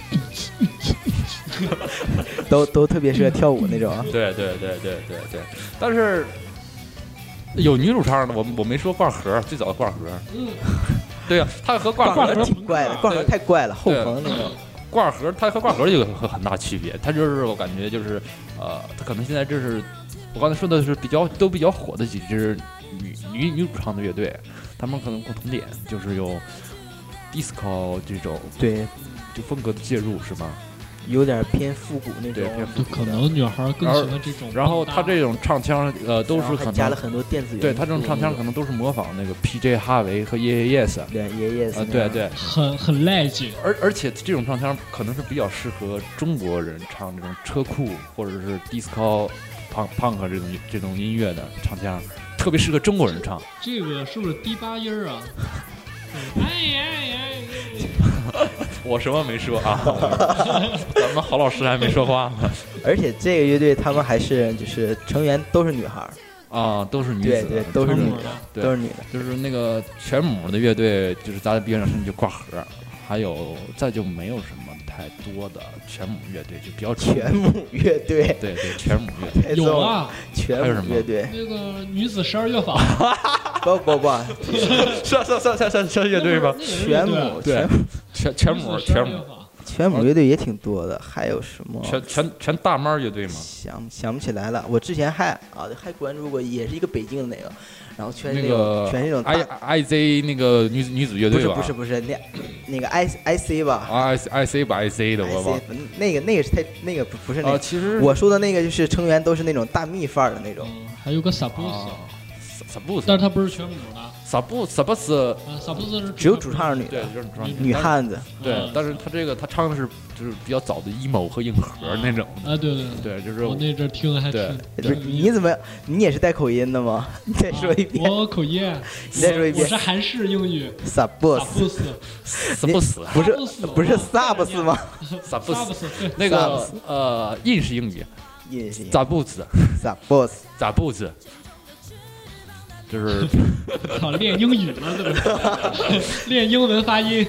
B: 都都特别适合跳舞那种。
C: 对对对对对对，但是有女主唱的，我我没说挂盒，最早的挂盒，嗯，对呀，他和挂
B: 盒挺怪的，挂盒太怪了，后棚那种。
C: 挂盒，它和挂盒有很大区别，它就是我感觉就是，呃，它可能现在这是我刚才说的是比较都比较火的几支女女女主唱的乐队，他们可能共同点就是有 disco 这种
B: 对
C: 就风格的介入是吗？
B: 有点偏复古那种，
C: 偏复古，
A: 可能女孩更喜欢这种。
C: 然后他这种唱腔，呃，都是可能
B: 加了很多电子元素。
C: 对他这种唱腔可能都是模仿那个 P J 哈维和 Yeah Yes，
B: 对 Yeah Yes，
C: 啊，对对，
A: 很很赖劲。
C: 而而且这种唱腔可能是比较适合中国人唱这种车库或者是 disco punk punk 这种这种音乐的唱腔，特别适合中国人唱。
A: 这个是不是低八音啊？哎呀呀！
C: 我什么没说啊？咱们郝老师还没说话呢。
B: 而且这个乐队他们还是就是成员都是女孩
C: 啊，都是女子，
B: 对对，都是女的，都是女的。
C: 就是那个全母的乐队，就是咱在边上就挂盒，还有再就没有什么太多的全母乐队，就比较
B: 全母乐队，
C: 对对，全母乐队
A: 有啊，
B: 全母乐队
A: 那个女子十二乐坊，
B: 不不不，
C: 是是是是是乐队吧？
B: 全母
C: 对，全全母全母。
B: 全母乐队也挺多的，还有什么？
C: 全全全大妈乐队吗？
B: 想想不起来了。我之前还啊还关注过，也是一个北京的那个，然后全是
C: 那个
B: 全是那种
C: I I Z 那个女女子乐队吧？
B: 不是不是不是那那个 I I C 吧？
C: 啊 I C 吧 I C 的我忘。
B: 那个那个是太那个不不是那个，
C: 其实
B: 我说的那个就是成员都是那种大蜜范儿的那种。
A: 还有个萨布斯，
C: 萨布斯，
A: 但是他不是全母的。
C: 萨布萨布斯，
A: 萨布斯是
B: 只有主唱是女的，
C: 对，就是主唱
B: 女汉子。
C: 对，但是他这个他唱的是就是比较早的 emo 和硬核那种。
A: 啊，对对
C: 对，就是
A: 我那阵听还
B: 挺。不是你怎么你也是带口音的吗？你再说一遍。
A: 我口音。
B: 你再说一遍。
A: 我是韩式英语。
B: 萨布斯。
C: 萨布斯。
B: 不是不是萨布斯吗？
C: 萨布斯。那个呃印式英语。
B: 印式。
C: 萨布斯。
B: 萨布斯。
C: 萨布斯。就是
A: 靠练英语了，这是练英文发音。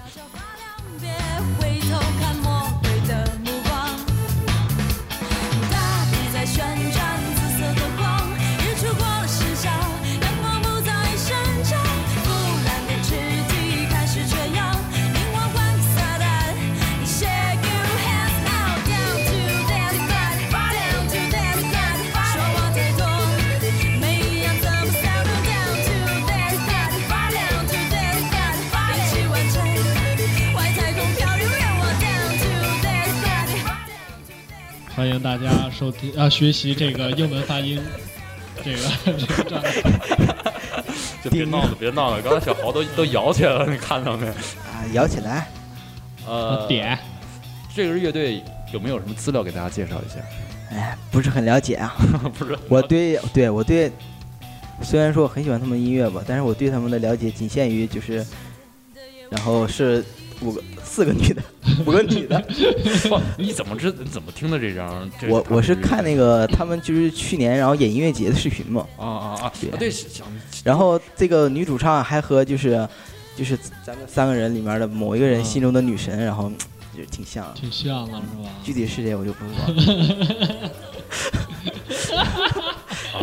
A: 欢迎大家收听啊，学习这个英文发音，这个这个
C: 就别闹了，别闹了！刚才小豪都都摇起来了，你看到没？
B: 啊，摇起来！
C: 呃，
A: 点。
C: 这个乐队有没有什么资料给大家介绍一下？
B: 哎，不是很了解啊。
C: 不是，
B: 我对对我对，虽然说我很喜欢他们音乐吧，但是我对他们的了解仅限于就是，然后是。五个四个女的，五个女的。
C: 你怎么知？你怎么听的这张？这
B: 我我是看那个他们就是去年然后演音乐节的视频嘛。
C: 啊啊啊！对对。
B: 然后这个女主唱还和就是就是咱们三个人里面的某一个人心中的女神，然后就挺像。
A: 挺像的是吧？
B: 具体是谁我就不知道。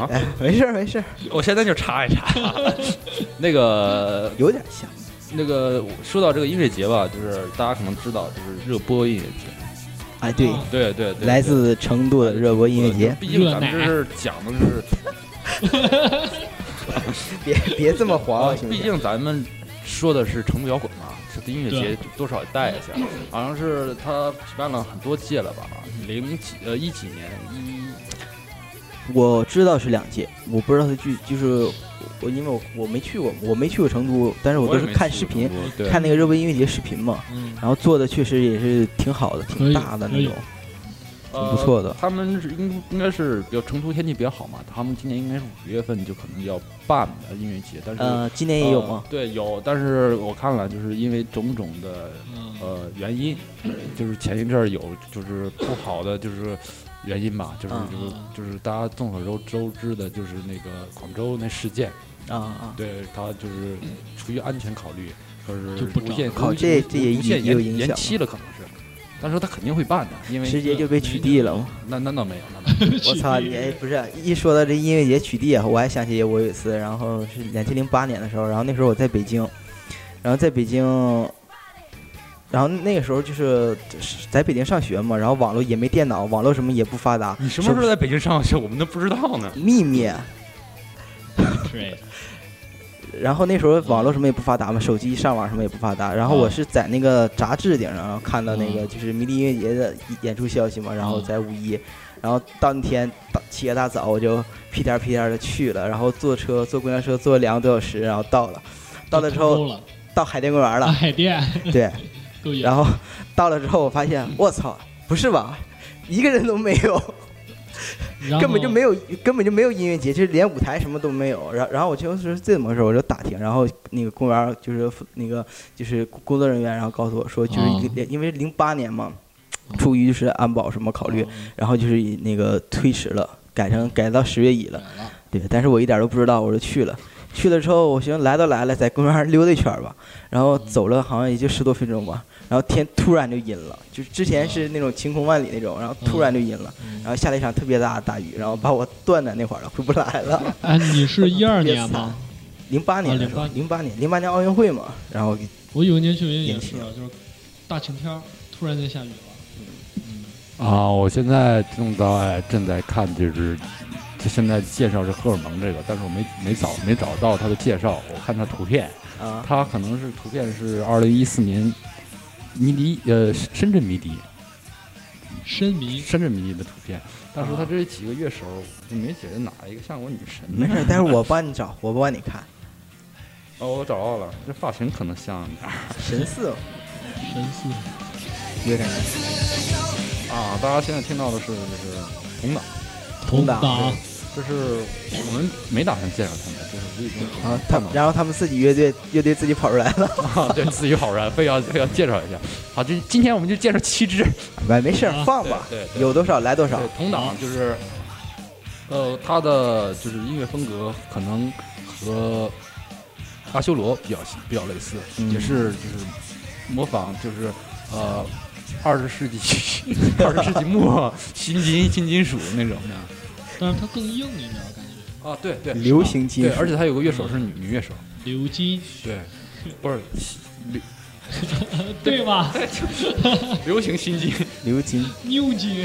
C: 啊，
B: 哎，没事儿没事儿，
C: 我现在就查一查。那个
B: 有点像。
C: 那个说到这个音乐节吧，就是大家可能知道，就是热播音乐节。
B: 哎，对，
C: 对对对，
B: 来自成都的热播音乐节。
C: 毕竟咱们这是讲的是，
B: 别别这么黄，
C: 毕竟咱们说的是成都摇滚嘛，这音乐节多少带一下。好像是他举办了很多届了吧？零几呃一几年一。
B: 我知道是两届，我不知道他具就是我，因为我我没去过，我没去过成都，但是我都是看视频，看那个热播音乐节视频嘛，
A: 嗯、
B: 然后做的确实也是挺好的，挺大的那种，挺不错的。
C: 呃、他们是应应该是比较成都天气比较好嘛，他们今年应该是五月份就可能要办的音乐节，但是
B: 呃今年也有吗？
C: 呃、对，有，但是我看了，就是因为种种的呃原因，就是前一阵儿有就是不好的就是。原因吧，就是就是就是大家众所周周知的，就是那个广州那事件
B: 啊啊，
C: 对他就是出于安全考虑，说是无限
B: 考这这也
C: 无限
B: 延
C: 延期了，可能是，但是他肯定会办的，因为
B: 直接就被取缔了吗？
C: 那那倒没有，那没有。
B: 我操，你不是一说到这音乐节取缔，我还想起我有一次，然后是两千零八年的时候，然后那时候我在北京，然后在北京。然后那个时候就是在北京上学嘛，然后网络也没电脑，网络什么也不发达。
C: 你什么时候在北京上学？我们都不知道呢。
B: 秘密。
A: 对。
B: 然后那时候网络什么也不发达嘛，手机上网什么也不发达。然后我是在那个杂志顶上看到那个就是迷笛音乐节的演出消息嘛，然后在五一，然后到那天起个大早我就屁颠屁颠的去了，然后坐车坐公交车坐了两个多小时，然后到了，到了之后到海淀公园了。
A: 海淀。
B: 对。然后到了之后，我发现，我操，不是吧，一个人都没有，根本就没有，根本就没有音乐节，就是连舞台什么都没有。然后，然后我就是这么时候我就打听，然后那个公园就是那个就是工作人员，然后告诉我说，就是一个、哦、因为零八年嘛，出于就是安保什么考虑，哦、然后就是那个推迟了，改成改到十月一了。对，但是我一点都不知道，我就去了。去了之后，我寻思来都来了，在公园溜达一圈吧，然后走了好像也就十多分钟吧，然后天突然就阴了，就之前是那种晴空万里那种，然后突然就阴了，然后下了一场特别大的大雨，然后把我断在那块儿了，回不来了。
A: 哎，你是一二年吗？
B: 零八年的时候，零八年，零八年奥运会嘛，然后
A: 我有一年去也是，就是大晴天，突然间下雨了。
C: 嗯啊，我现在正在正在看就是。就现在介绍是荷尔蒙这个，但是我没没找没找到他的介绍，我看他图片，啊，他可能是图片是二零一四年迷笛呃深圳迷笛，
A: 深迷
C: 深圳迷笛的图片，但是他这几个乐手就没觉得哪一个像我女神。
B: 没事，但是我帮你找，我帮你看。
C: 哦，我找到了，这发型可能像点儿。
B: 神似，
A: 神似，
B: 有点
C: 啊！大家现在听到的是就是同党，
A: 同党。
C: 就是我们没打算介绍他们，就是已经
B: 啊，他然后他们自己乐队乐队自己跑出来了，
C: 啊，对，自己跑出来，非要非要介绍一下。好，就今天我们就介绍七支，
B: 没没事，啊、放吧，
C: 对，对
B: 有多少来多少。
C: 同党就是，呃，他的就是音乐风格可能和阿修罗比较比较类似，嗯、也是就是模仿就是呃二十世纪二十世纪末新金新金属那种的。
A: 但是它更硬一点，感觉
C: 啊，对对，
B: 流行金属，
C: 对，而且它有个乐手是女女乐手，
A: 刘金，
C: 对，不是流，
A: 对吧？
C: 流行新金，
B: 流金，
A: 牛金。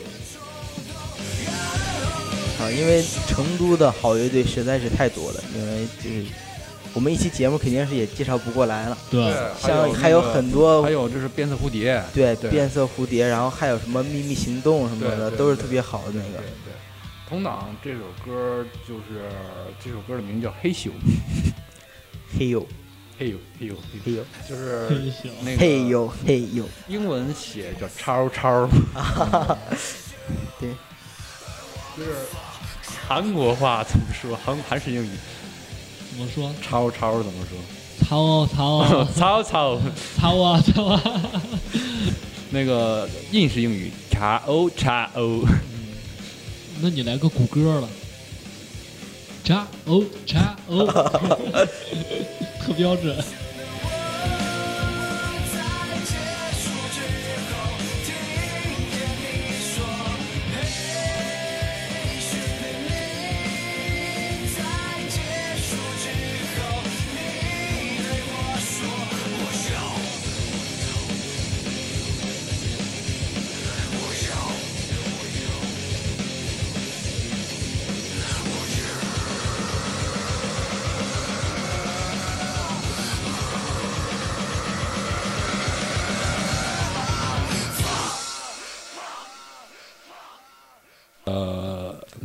B: 啊，因为成都的好乐队实在是太多了，因为就是我们一期节目肯定是也介绍不过来了。
A: 对，
B: 像还有很多，
C: 还有就是变色蝴蝶，
B: 对，变色蝴蝶，然后还有什么秘密行动什么的，都是特别好的那个。
C: 同党这首歌就是这首歌的名叫《嘿咻》，
B: 嘿呦，
C: 嘿呦，嘿呦，嘿呦，就是那个
B: 嘿呦嘿呦，
C: 英文写叫超超，
B: 对，
C: 就是韩国话怎么说？韩韩式英语
A: 怎么说？
C: 超超怎么说？
A: 操啊操啊
C: 操操
A: 操啊操啊！
C: 那个印式英语查欧查欧。
A: 那你来个谷歌了，查欧查欧，特标准。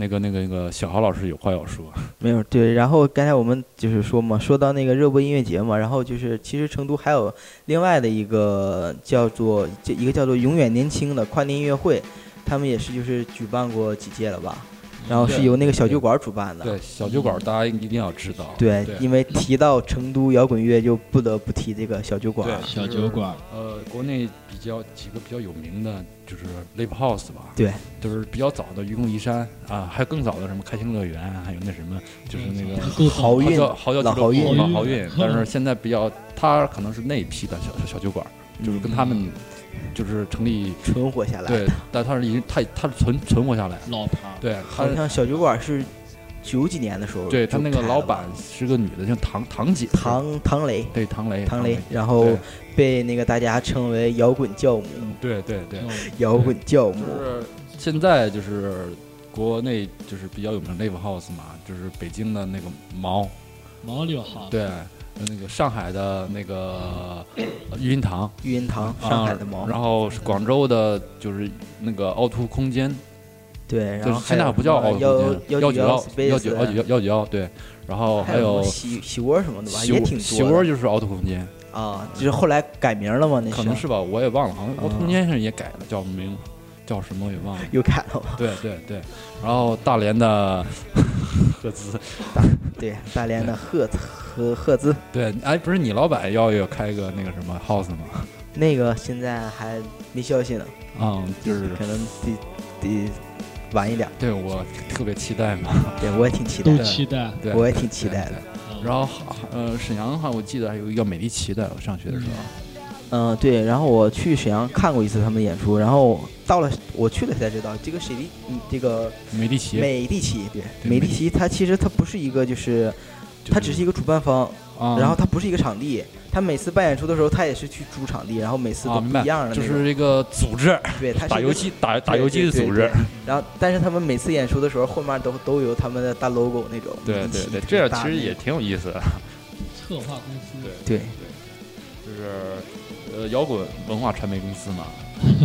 C: 那个那个那个小豪老师有话要说。
B: 没有对，然后刚才我们就是说嘛，说到那个热播音乐节嘛，然后就是其实成都还有另外的一个叫做一个叫做永远年轻的跨年音乐会，他们也是就是举办过几届了吧。然后是由那个小酒馆主办的。
C: 对，小酒馆大家一定要知道。
B: 对，
C: 对
B: 因为提到成都摇滚乐，就不得不提这个小酒馆。
C: 对，
A: 小酒馆。
C: 呃，国内比较几个比较有名的，就是 Live House 吧。
B: 对，
C: 就是比较早的愚公移山啊，还有更早的什么开心乐园，还有那什么，就是那个
B: 豪运、
C: 豪叫
B: 老豪运、
C: 老豪运。但是现在比较，他可能是那一批的小小酒馆，就是跟他们。就是成立
B: 存活下来，
C: 对，但他是已经他他是存存活下来，
A: 老牌，
C: 对，
B: 好像小酒馆是九几年的时候，
C: 对他那个老板是个女的，叫唐唐姐，
B: 唐唐雷，
C: 对唐雷，
B: 唐雷，然后被那个大家称为摇滚教母，
C: 对对对，
B: 摇滚教母。
C: 就是现在就是国内就是比较有名的 Live House 嘛，就是北京的那个毛
A: 毛六号，
C: 对。那个上海的那个育音堂，
B: 育音堂，上海的毛，
C: 啊、然后是广州的，就是那个凹凸空间，
B: 对，然后
C: 现在不叫凹凸空间，幺九幺幺九幺九幺九幺，对，然后还有
B: 喜喜窝什么的吧，也挺多。
C: 喜窝就是凹凸空间
B: 啊，就是后来改名了吗？那
C: 可能是吧，我也忘了，好像凹凸空间上也改了，叫名。叫什么我也忘了，
B: 又改了吗？
C: 对对对，然后大连的赫兹，
B: 大对大连的赫赫赫兹，
C: 对，哎，不是你老板要要开个那个什么 house 吗？
B: 那个现在还没消息呢，
C: 嗯，就是
B: 可能得得晚一点。
C: 对我特别期待嘛，
B: 对我也挺期待，
A: 都期待，
C: 对，
B: 我也挺期待的。
C: 然后呃，沈阳的话，我记得还有一个叫美丽奇的，我上学的时候。
B: 嗯，对，然后我去沈阳看过一次他们的演出，然后到了我去了才知道，这个水利，嗯，这个
C: 美丽奇，
B: 美丽奇，对，美丽奇，它其实它不是一个，就是，它只是一个主办方，
C: 啊、
B: 然后它不是一个场地，它每次办演出的时候，它也是去租场地，然后每次都不一样的、
C: 啊，就是一个组织，
B: 对，它是
C: 打游击打打游击的组织，
B: 然后但是他们每次演出的时候，后面都都有他们的大 logo 那种，
C: 对对对，这样其实也挺有意思的，
A: 策划公司，
C: 对
B: 对
C: 对，就是。呃，摇滚文化传媒公司嘛，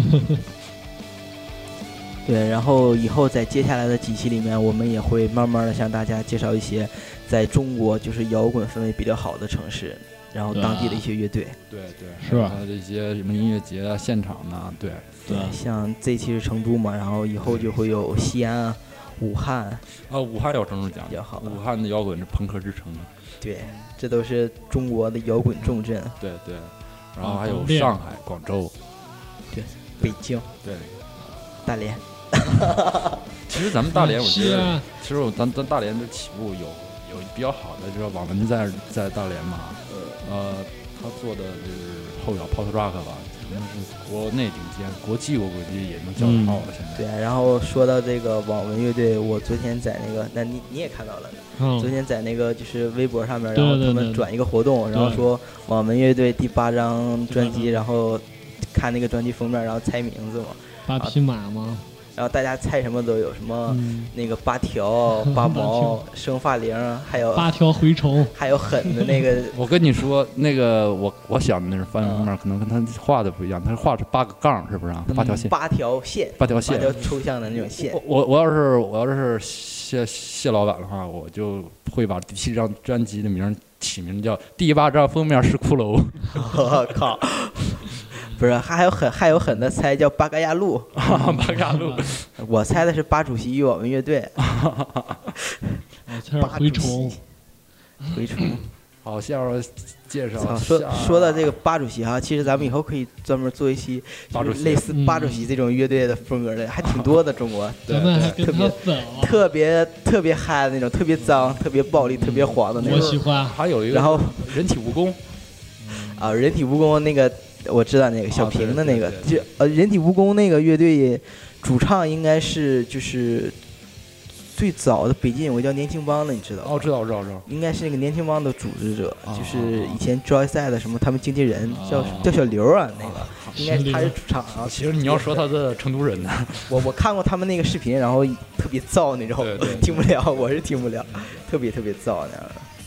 B: 对，然后以后在接下来的几期里面，我们也会慢慢的向大家介绍一些在中国就是摇滚氛围比较好的城市，然后当地的一些乐队，
C: 对对，
A: 是吧？
C: 还有这些什么音乐节啊、现场呢，对
B: 对，像这期是成都嘛，然后以后就会有西安啊、武汉
C: 啊，武汉要正式讲
B: 比较好，
C: 武汉的摇滚是朋克之城，
B: 对，这都是中国的摇滚重镇，
C: 对对。然后还有上海、广州，
B: 对，北京，
C: 对，
B: 大连。
C: 其实咱们大连，我觉得，其实我咱咱大连的起步有有比较好的，就是网文在在大连嘛，呃，他做的就是后摇 Pop Rock 吧，可能是国内顶尖，国际我估计也能叫得号了。现在
B: 对，然后说到这个网文乐队，我昨天在那个，那你你也看到了。
A: 嗯、
B: 昨天在那个就是微博上面，然后他们转一个活动，
A: 对对对
B: 然后说网文乐队第八张专辑，然后看那个专辑封面，然后猜名字嘛，
A: 八匹马吗？
B: 然后大家猜什么都有，什么那个八条、八毛、生发铃，还有
A: 八条蛔虫，
B: 还有狠的那个。
C: 我跟你说，那个我我想的那是翻封面，可能跟他画的不一样，他画是八个杠，是不是啊？八条线。
B: 八条线。
C: 八条线。
B: 八条抽象的那种线。
C: 我我要是我要是谢谢老板的话，我就会把第七张专辑的名起名叫《第八张封面是骷髅》。
B: 我靠！不是，还有很还有很的猜叫八嘎亚路，
C: 八嘎亚路，
B: 我猜的是八主席与我们乐队。
A: 我猜是蛔虫，
B: 蛔虫。
C: 好，下边介绍
B: 说说到这个八主席哈，其实咱们以后可以专门做一期就是类似八主席这种乐队的风格的，还挺多的中国。
A: 咱们还
B: 特别特别特别嗨的那种，特别脏、特别暴力、特别黄的那种。
A: 我喜欢。
C: 还有一个，
B: 然后
C: 人体蜈蚣。
B: 啊，人体蜈蚣那个。我知道那个小平的那个，就呃，人体蜈蚣那个乐队主唱应该是就是最早的北京有个叫年轻帮的，你知道吗？
C: 哦，知道知道知道。
B: 应该是那个年轻帮的组织者，
C: 哦、
B: 就是以前 Joyside 的什么他们经纪人、哦、叫叫小刘啊，那个、哦、应该是他是主唱啊。
C: 其实你要说他的成都人呢，
B: 我我看过他们那个视频，然后特别燥那种，听不了，我是听不了，特别特别燥那样的。
C: 好，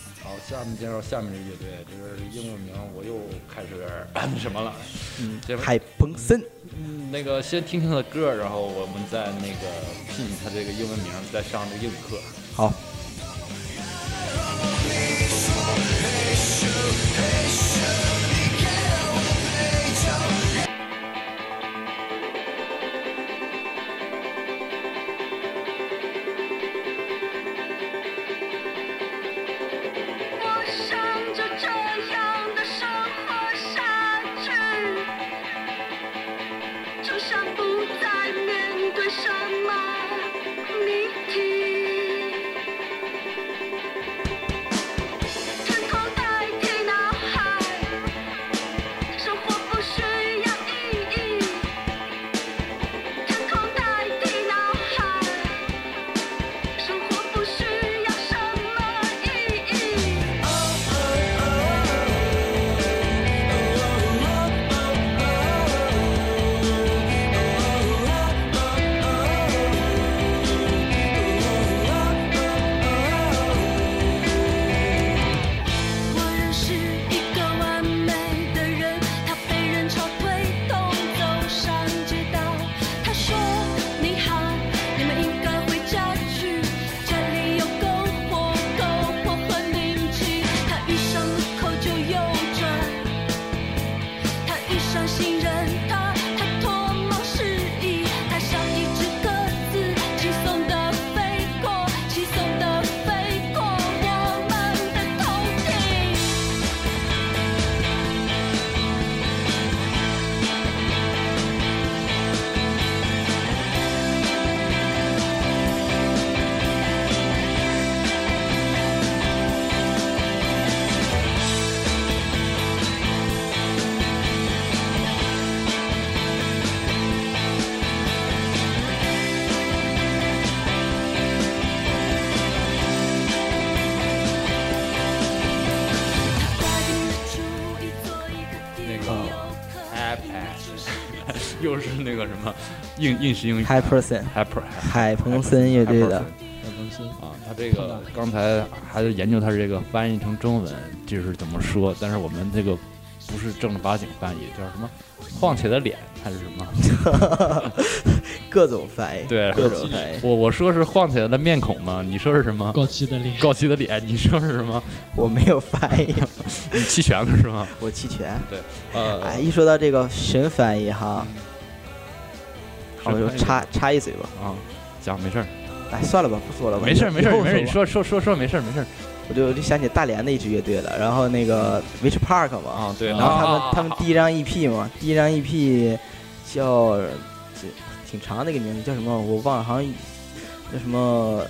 C: 下面介绍下面这乐队，这是英文名，我又开始那什么了。
B: 嗯，
C: 这
B: 海鹏森。
C: 嗯，那个先听听他的歌，然后我们再那个拼他这个英文名，再上这个英语课。
B: 好。
C: 又是那个什么应应时英语
B: Hyperson
C: Hyper
B: 海鹏森乐队的
A: 海鹏森
C: 啊，他这个刚才还是研究他这个翻译成中文就是怎么说，但是我们这个不是正儿八经翻译，叫什么晃起的脸还是什么
B: 各种翻译，
C: 对，
B: 各种翻译。
C: 我我说是晃起来的面孔吗？你说是什么？
A: 高旗的脸，
C: 高旗的脸，你说是什么？
B: 我没有翻译，
C: 你弃权了是吗？
B: 我弃权。
C: 对，呃，
B: 哎，一说到这个神翻译哈，好，我就插插一嘴吧。
C: 啊，行，没事儿。
B: 哎，算了吧，不说了吧。
C: 没事儿，没事儿，没事儿，
B: 你
C: 说说说说，没事儿，没事儿。
B: 我就我就想起大连的一支乐队了，然后那个 Witch Park 嘛，
C: 啊对，
B: 然后他们、
C: 啊、
B: 他们第一张 E P 嘛，第一张 E P 叫挺长那个名字叫什么我忘了，好像叫什么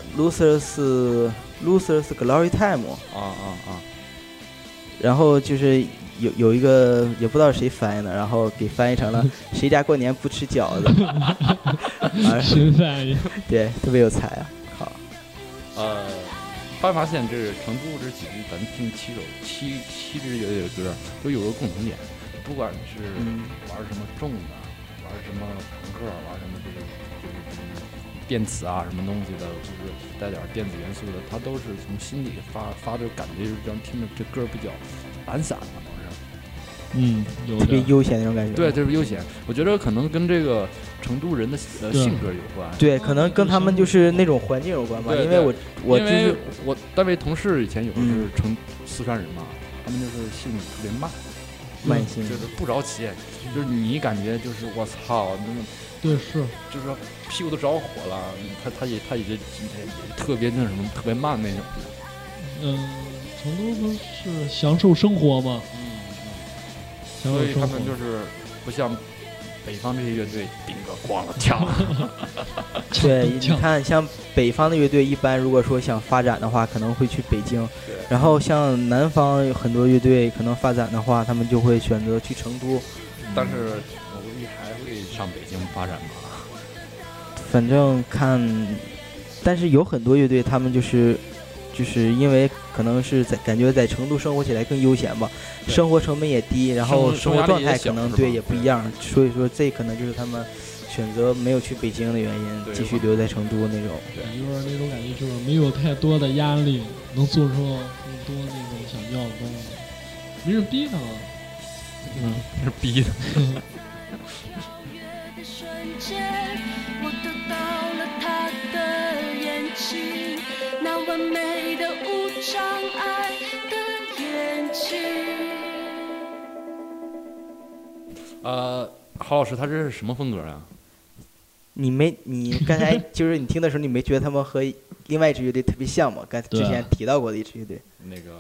B: Losers Losers Glory Time
C: 啊啊啊，
B: 然后就是有有一个也不知道谁翻译的，然后给翻译成了谁家过年不吃饺子，
A: 神翻译，
B: 对，特别有才啊，好，
C: 呃。发发现这成都这几支咱听七首七七支乐队的歌都有个共同点，不管是玩什么重的，玩什么朋克，玩什么这个就是电子啊什么东西的，就是带点电子元素的，它都是从心里发发着感觉，就是让听着这歌比较懒散嘛，都是。
A: 嗯，有
B: 特别悠闲那种感觉。
C: 对，就是悠闲。我觉得可能跟这个成都人的呃性格有关。
B: 对，可能跟他们就是那种环境有关吧。因为我我就是
C: 我单位同事以前有的是成四川人嘛，他们就是性特别慢，
B: 慢性，
C: 就是不着急，就是你感觉就是我操，那么
A: 对是，
C: 就是屁股都着火了，他他也他也也特别那什么特别慢那种。
A: 嗯，成都不是享受生活吗？
C: 所以他们就是不像北方这些乐队顶个咣了跳。
B: 对，你看像北方的乐队，一般如果说想发展的话，可能会去北京。然后像南方有很多乐队可能发展的话，他们就会选择去成都。
C: 但是我估计还会上北京发展吧。
B: 反正看，但是有很多乐队，他们就是。就是因为可能是在感觉在成都生活起来更悠闲吧，生活成本也低，然后生活状态可能对也不一样，所以说这可能就是他们选择没有去北京的原因，继续留在成都那种。
A: 对，就是那种感觉，就是没有太多的压力，能做出很多那种想要的东西，没人逼他们。
C: 嗯，是逼的。
D: 我得到了他的眼睛，那完美的无障碍的眼睛。
C: 呃，郝老师，他这是什么风格啊？
B: 你没，你刚才就是你听的时候，你没觉得他们和另外一支乐队特别像吗？刚才之前提到过的一支乐队，
C: 那个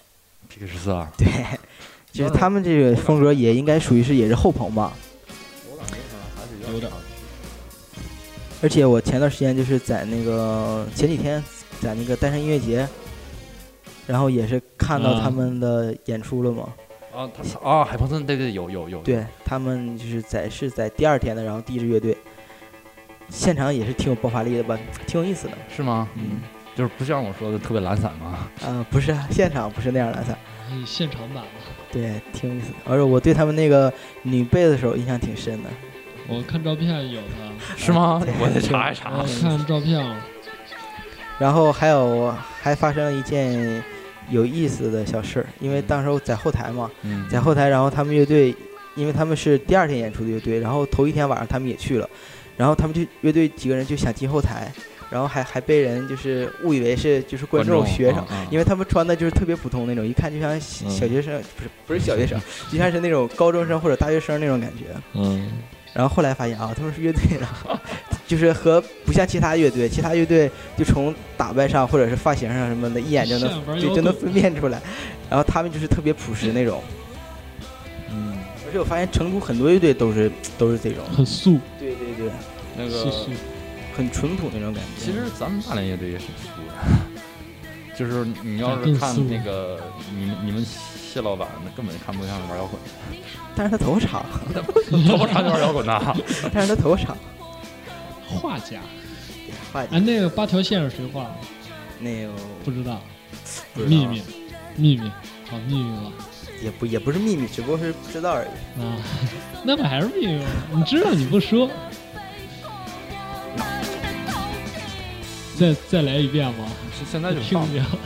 C: P K 十四 二。
B: 对，就是他们这个风格也应该属于是也是后朋吧。
C: 我感觉可能还是
A: 有点。
B: 而且我前段时间就是在那个前几天在那个单山音乐节，然后也是看到他们的演出了嘛。
C: 啊，他啊，海鹏森，对对，有有有。
B: 对他们就是在是在第二天的，然后第一支乐队，现场也是挺有爆发力的吧，挺有意思的。
C: 是吗？
B: 嗯，
C: 就是不像我说的特别懒散吗？
B: 呃，不是，现场不是那样懒散。
A: 嗯，现场版的。
B: 对，挺有意思的。而且我对他们那个女贝斯手印象挺深的。
A: 我看照片有的。
C: 是吗？我得查一查。
A: 我看照片。
B: 然后还有还发生了一件有意思的小事儿，因为当时我在后台嘛，
C: 嗯、
B: 在后台，然后他们乐队，因为他们是第二天演出的乐队，然后头一天晚上他们也去了，然后他们就乐队几个人就想进后台，然后还还被人就是误以为是就是观众学生，
C: 啊啊、
B: 因为他们穿的就是特别普通那种，一看就像小学生，嗯、不是不是小学生，就像是那种高中生或者大学生那种感觉。
A: 嗯。
B: 然后后来发现啊，他们是乐队了，就是和不像其他乐队，其他乐队就从打扮上或者是发型上什么的，一眼就能就就能分辨出来。然后他们就是特别朴实那种。
C: 嗯。
B: 而且我发现成都很多乐队都是都是这种。
A: 很素。
B: 对对对。
C: 那个。
A: 素素。
B: 很淳朴那种感觉。
C: 其实咱们大连乐队也挺素的，就是你要是看那个你们你们谢老板，那根本看不像玩摇滚。
B: 但是他头长，
C: 头发长就玩摇滚呐。
B: 但是他头长。
A: 画家，
B: 画家。
A: 哎，那个八条线是谁画的？
B: 那个
A: 不知道，
B: 不知道
A: 秘密，秘密，好秘密吧？
B: 也不也不是秘密，只不过是不知道而已。
A: 啊，那不还是秘密吗？你知道你不说。再再来一遍吗？
C: 现在就
A: 听不了。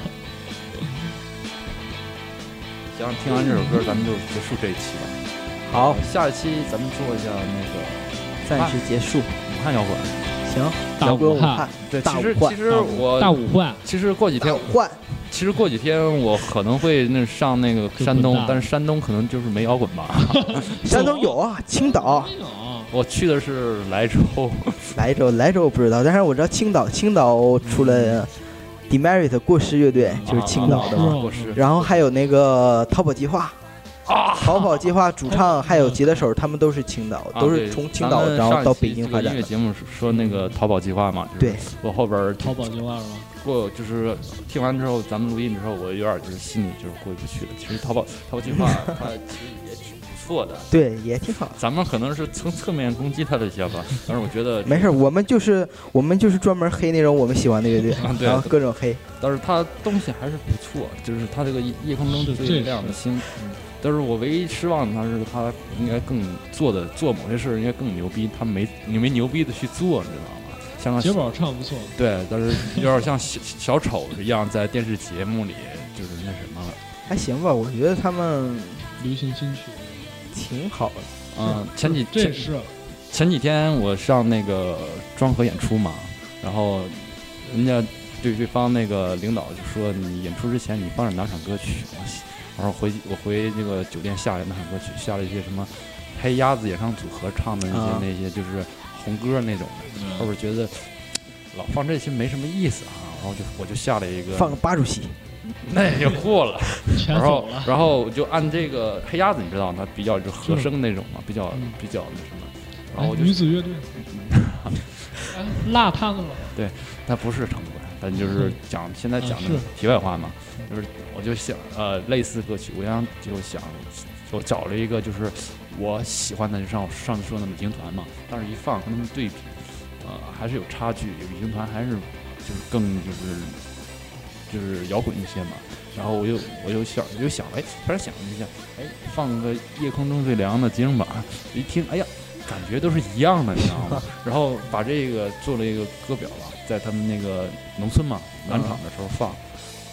C: 行，听完这首歌，咱们就结束这一期吧。
B: 好，
C: 下一期咱们做一下那个
B: 暂时结束
C: 武汉摇滚。
B: 行，
A: 大武汉，
C: 对，其实其实我
A: 大武汉，
C: 其实过几天
B: 换，
C: 其实过几天我可能会那上那个山东，但是山东可能就是没摇滚吧。
B: 山东有啊，青岛。
C: 我去的是莱州，
B: 莱州莱州我不知道，但是我知道青岛，青岛出了 Demerit 过失乐队，就是青岛的嘛。
C: 过失。
B: 然后还有那个逃跑计划。
C: 啊！
B: 逃跑计划主唱还有吉他手，他们都是青岛，
C: 啊、
B: 都是从青岛然后到北京发展的。
C: 音乐节目说那个逃跑计划嘛，就是、
B: 对，
C: 我后边
A: 逃跑计划是吧？
C: 过就是听完之后，咱们录音之后，我有点就是心里就是过意不去了。其实逃跑逃跑计划它其实也挺不错的，
B: 对，也挺好。
C: 咱们可能是从侧面攻击他了一下吧，但是我觉得
B: 没事，我们就是我们就是专门黑那种我们喜欢的乐队，
C: 啊、
B: 然后各种黑。
C: 但是他东西还是不错，就是他这个夜空中最亮的星。但是我唯一失望的他是他应该更做的做某些事应该更牛逼，他没你没牛逼的去做，你知道吗？像个
A: 杰宝唱不错，
C: 对，但是有点像小小丑一样在电视节目里就是那什么，
B: 还行吧，我觉得他们
A: 流行金曲
B: 挺好的。
C: 嗯，前几
A: 这是
C: 前几天我上那个庄河演出嘛，然后人家对对方那个领导就说你演出之前你放上哪场歌曲。然后回我回那个酒店下来那首歌曲，下了一些什么黑鸭子演唱组合唱的那些、啊、那些就是红歌那种的，后边、嗯、觉得老放这些没什么意思啊，然后就我就下了一个
B: 放个八主席，
C: 那也就过了，
A: 然
C: 后然后我就按这个黑鸭子，你知道它比较就和声那种嘛，比较、嗯、比较那什么，然后我就、
A: 哎、女子乐队，哎，辣他们了，
C: 对，他不是成都人，但就是讲现在讲的题外话嘛。就是我就想呃类似歌曲，我想就想我找了一个就是我喜欢的，就像我上次说的旅行团嘛，但是一放跟他们对比，呃还是有差距，旅行团还是就是更就是就是摇滚一些嘛。然后我又我又想我就想哎，突然想了一下，哎放个夜空中最亮的金吧，一听哎呀感觉都是一样的，你知道吗？然后把这个做了一个歌表吧，在他们那个农村嘛南场的时候放。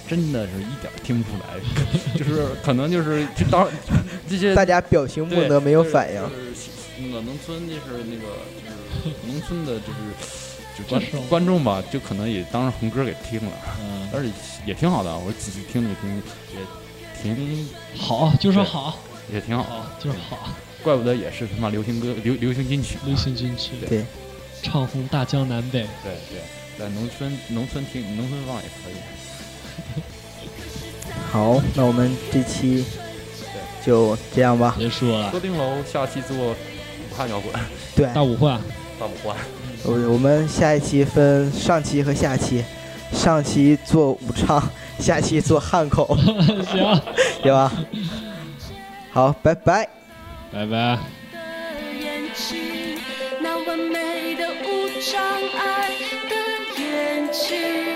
C: 真的是一点听不出来，就是可能就是就当这些
B: 大家表情不得没有反应。
C: 就是那个农村就是那个就是农村的就是就观观众吧，就可能也当成红歌给听了，嗯，而且也挺好的，我仔细听了听也挺
A: 好，就是好，
C: 也挺好，
A: 就是好，
C: 怪不得也是他妈流行歌流流行金曲，
A: 流行金曲，
B: 对，
A: 唱红大江南北，
C: 对对，在农村农村听农村放也可以。
B: 好，那我们这期就这样吧，
A: 结束了。
C: 说定喽，下期做武汉摇滚，
B: 对，
A: 大五换，
C: 大五换。
B: 我我们下一期分上期和下期，上期做武昌，下期做汉口，
A: 行，
B: 对吧？好，拜拜，
A: 拜拜。
E: 那完美的无障碍的眼睛。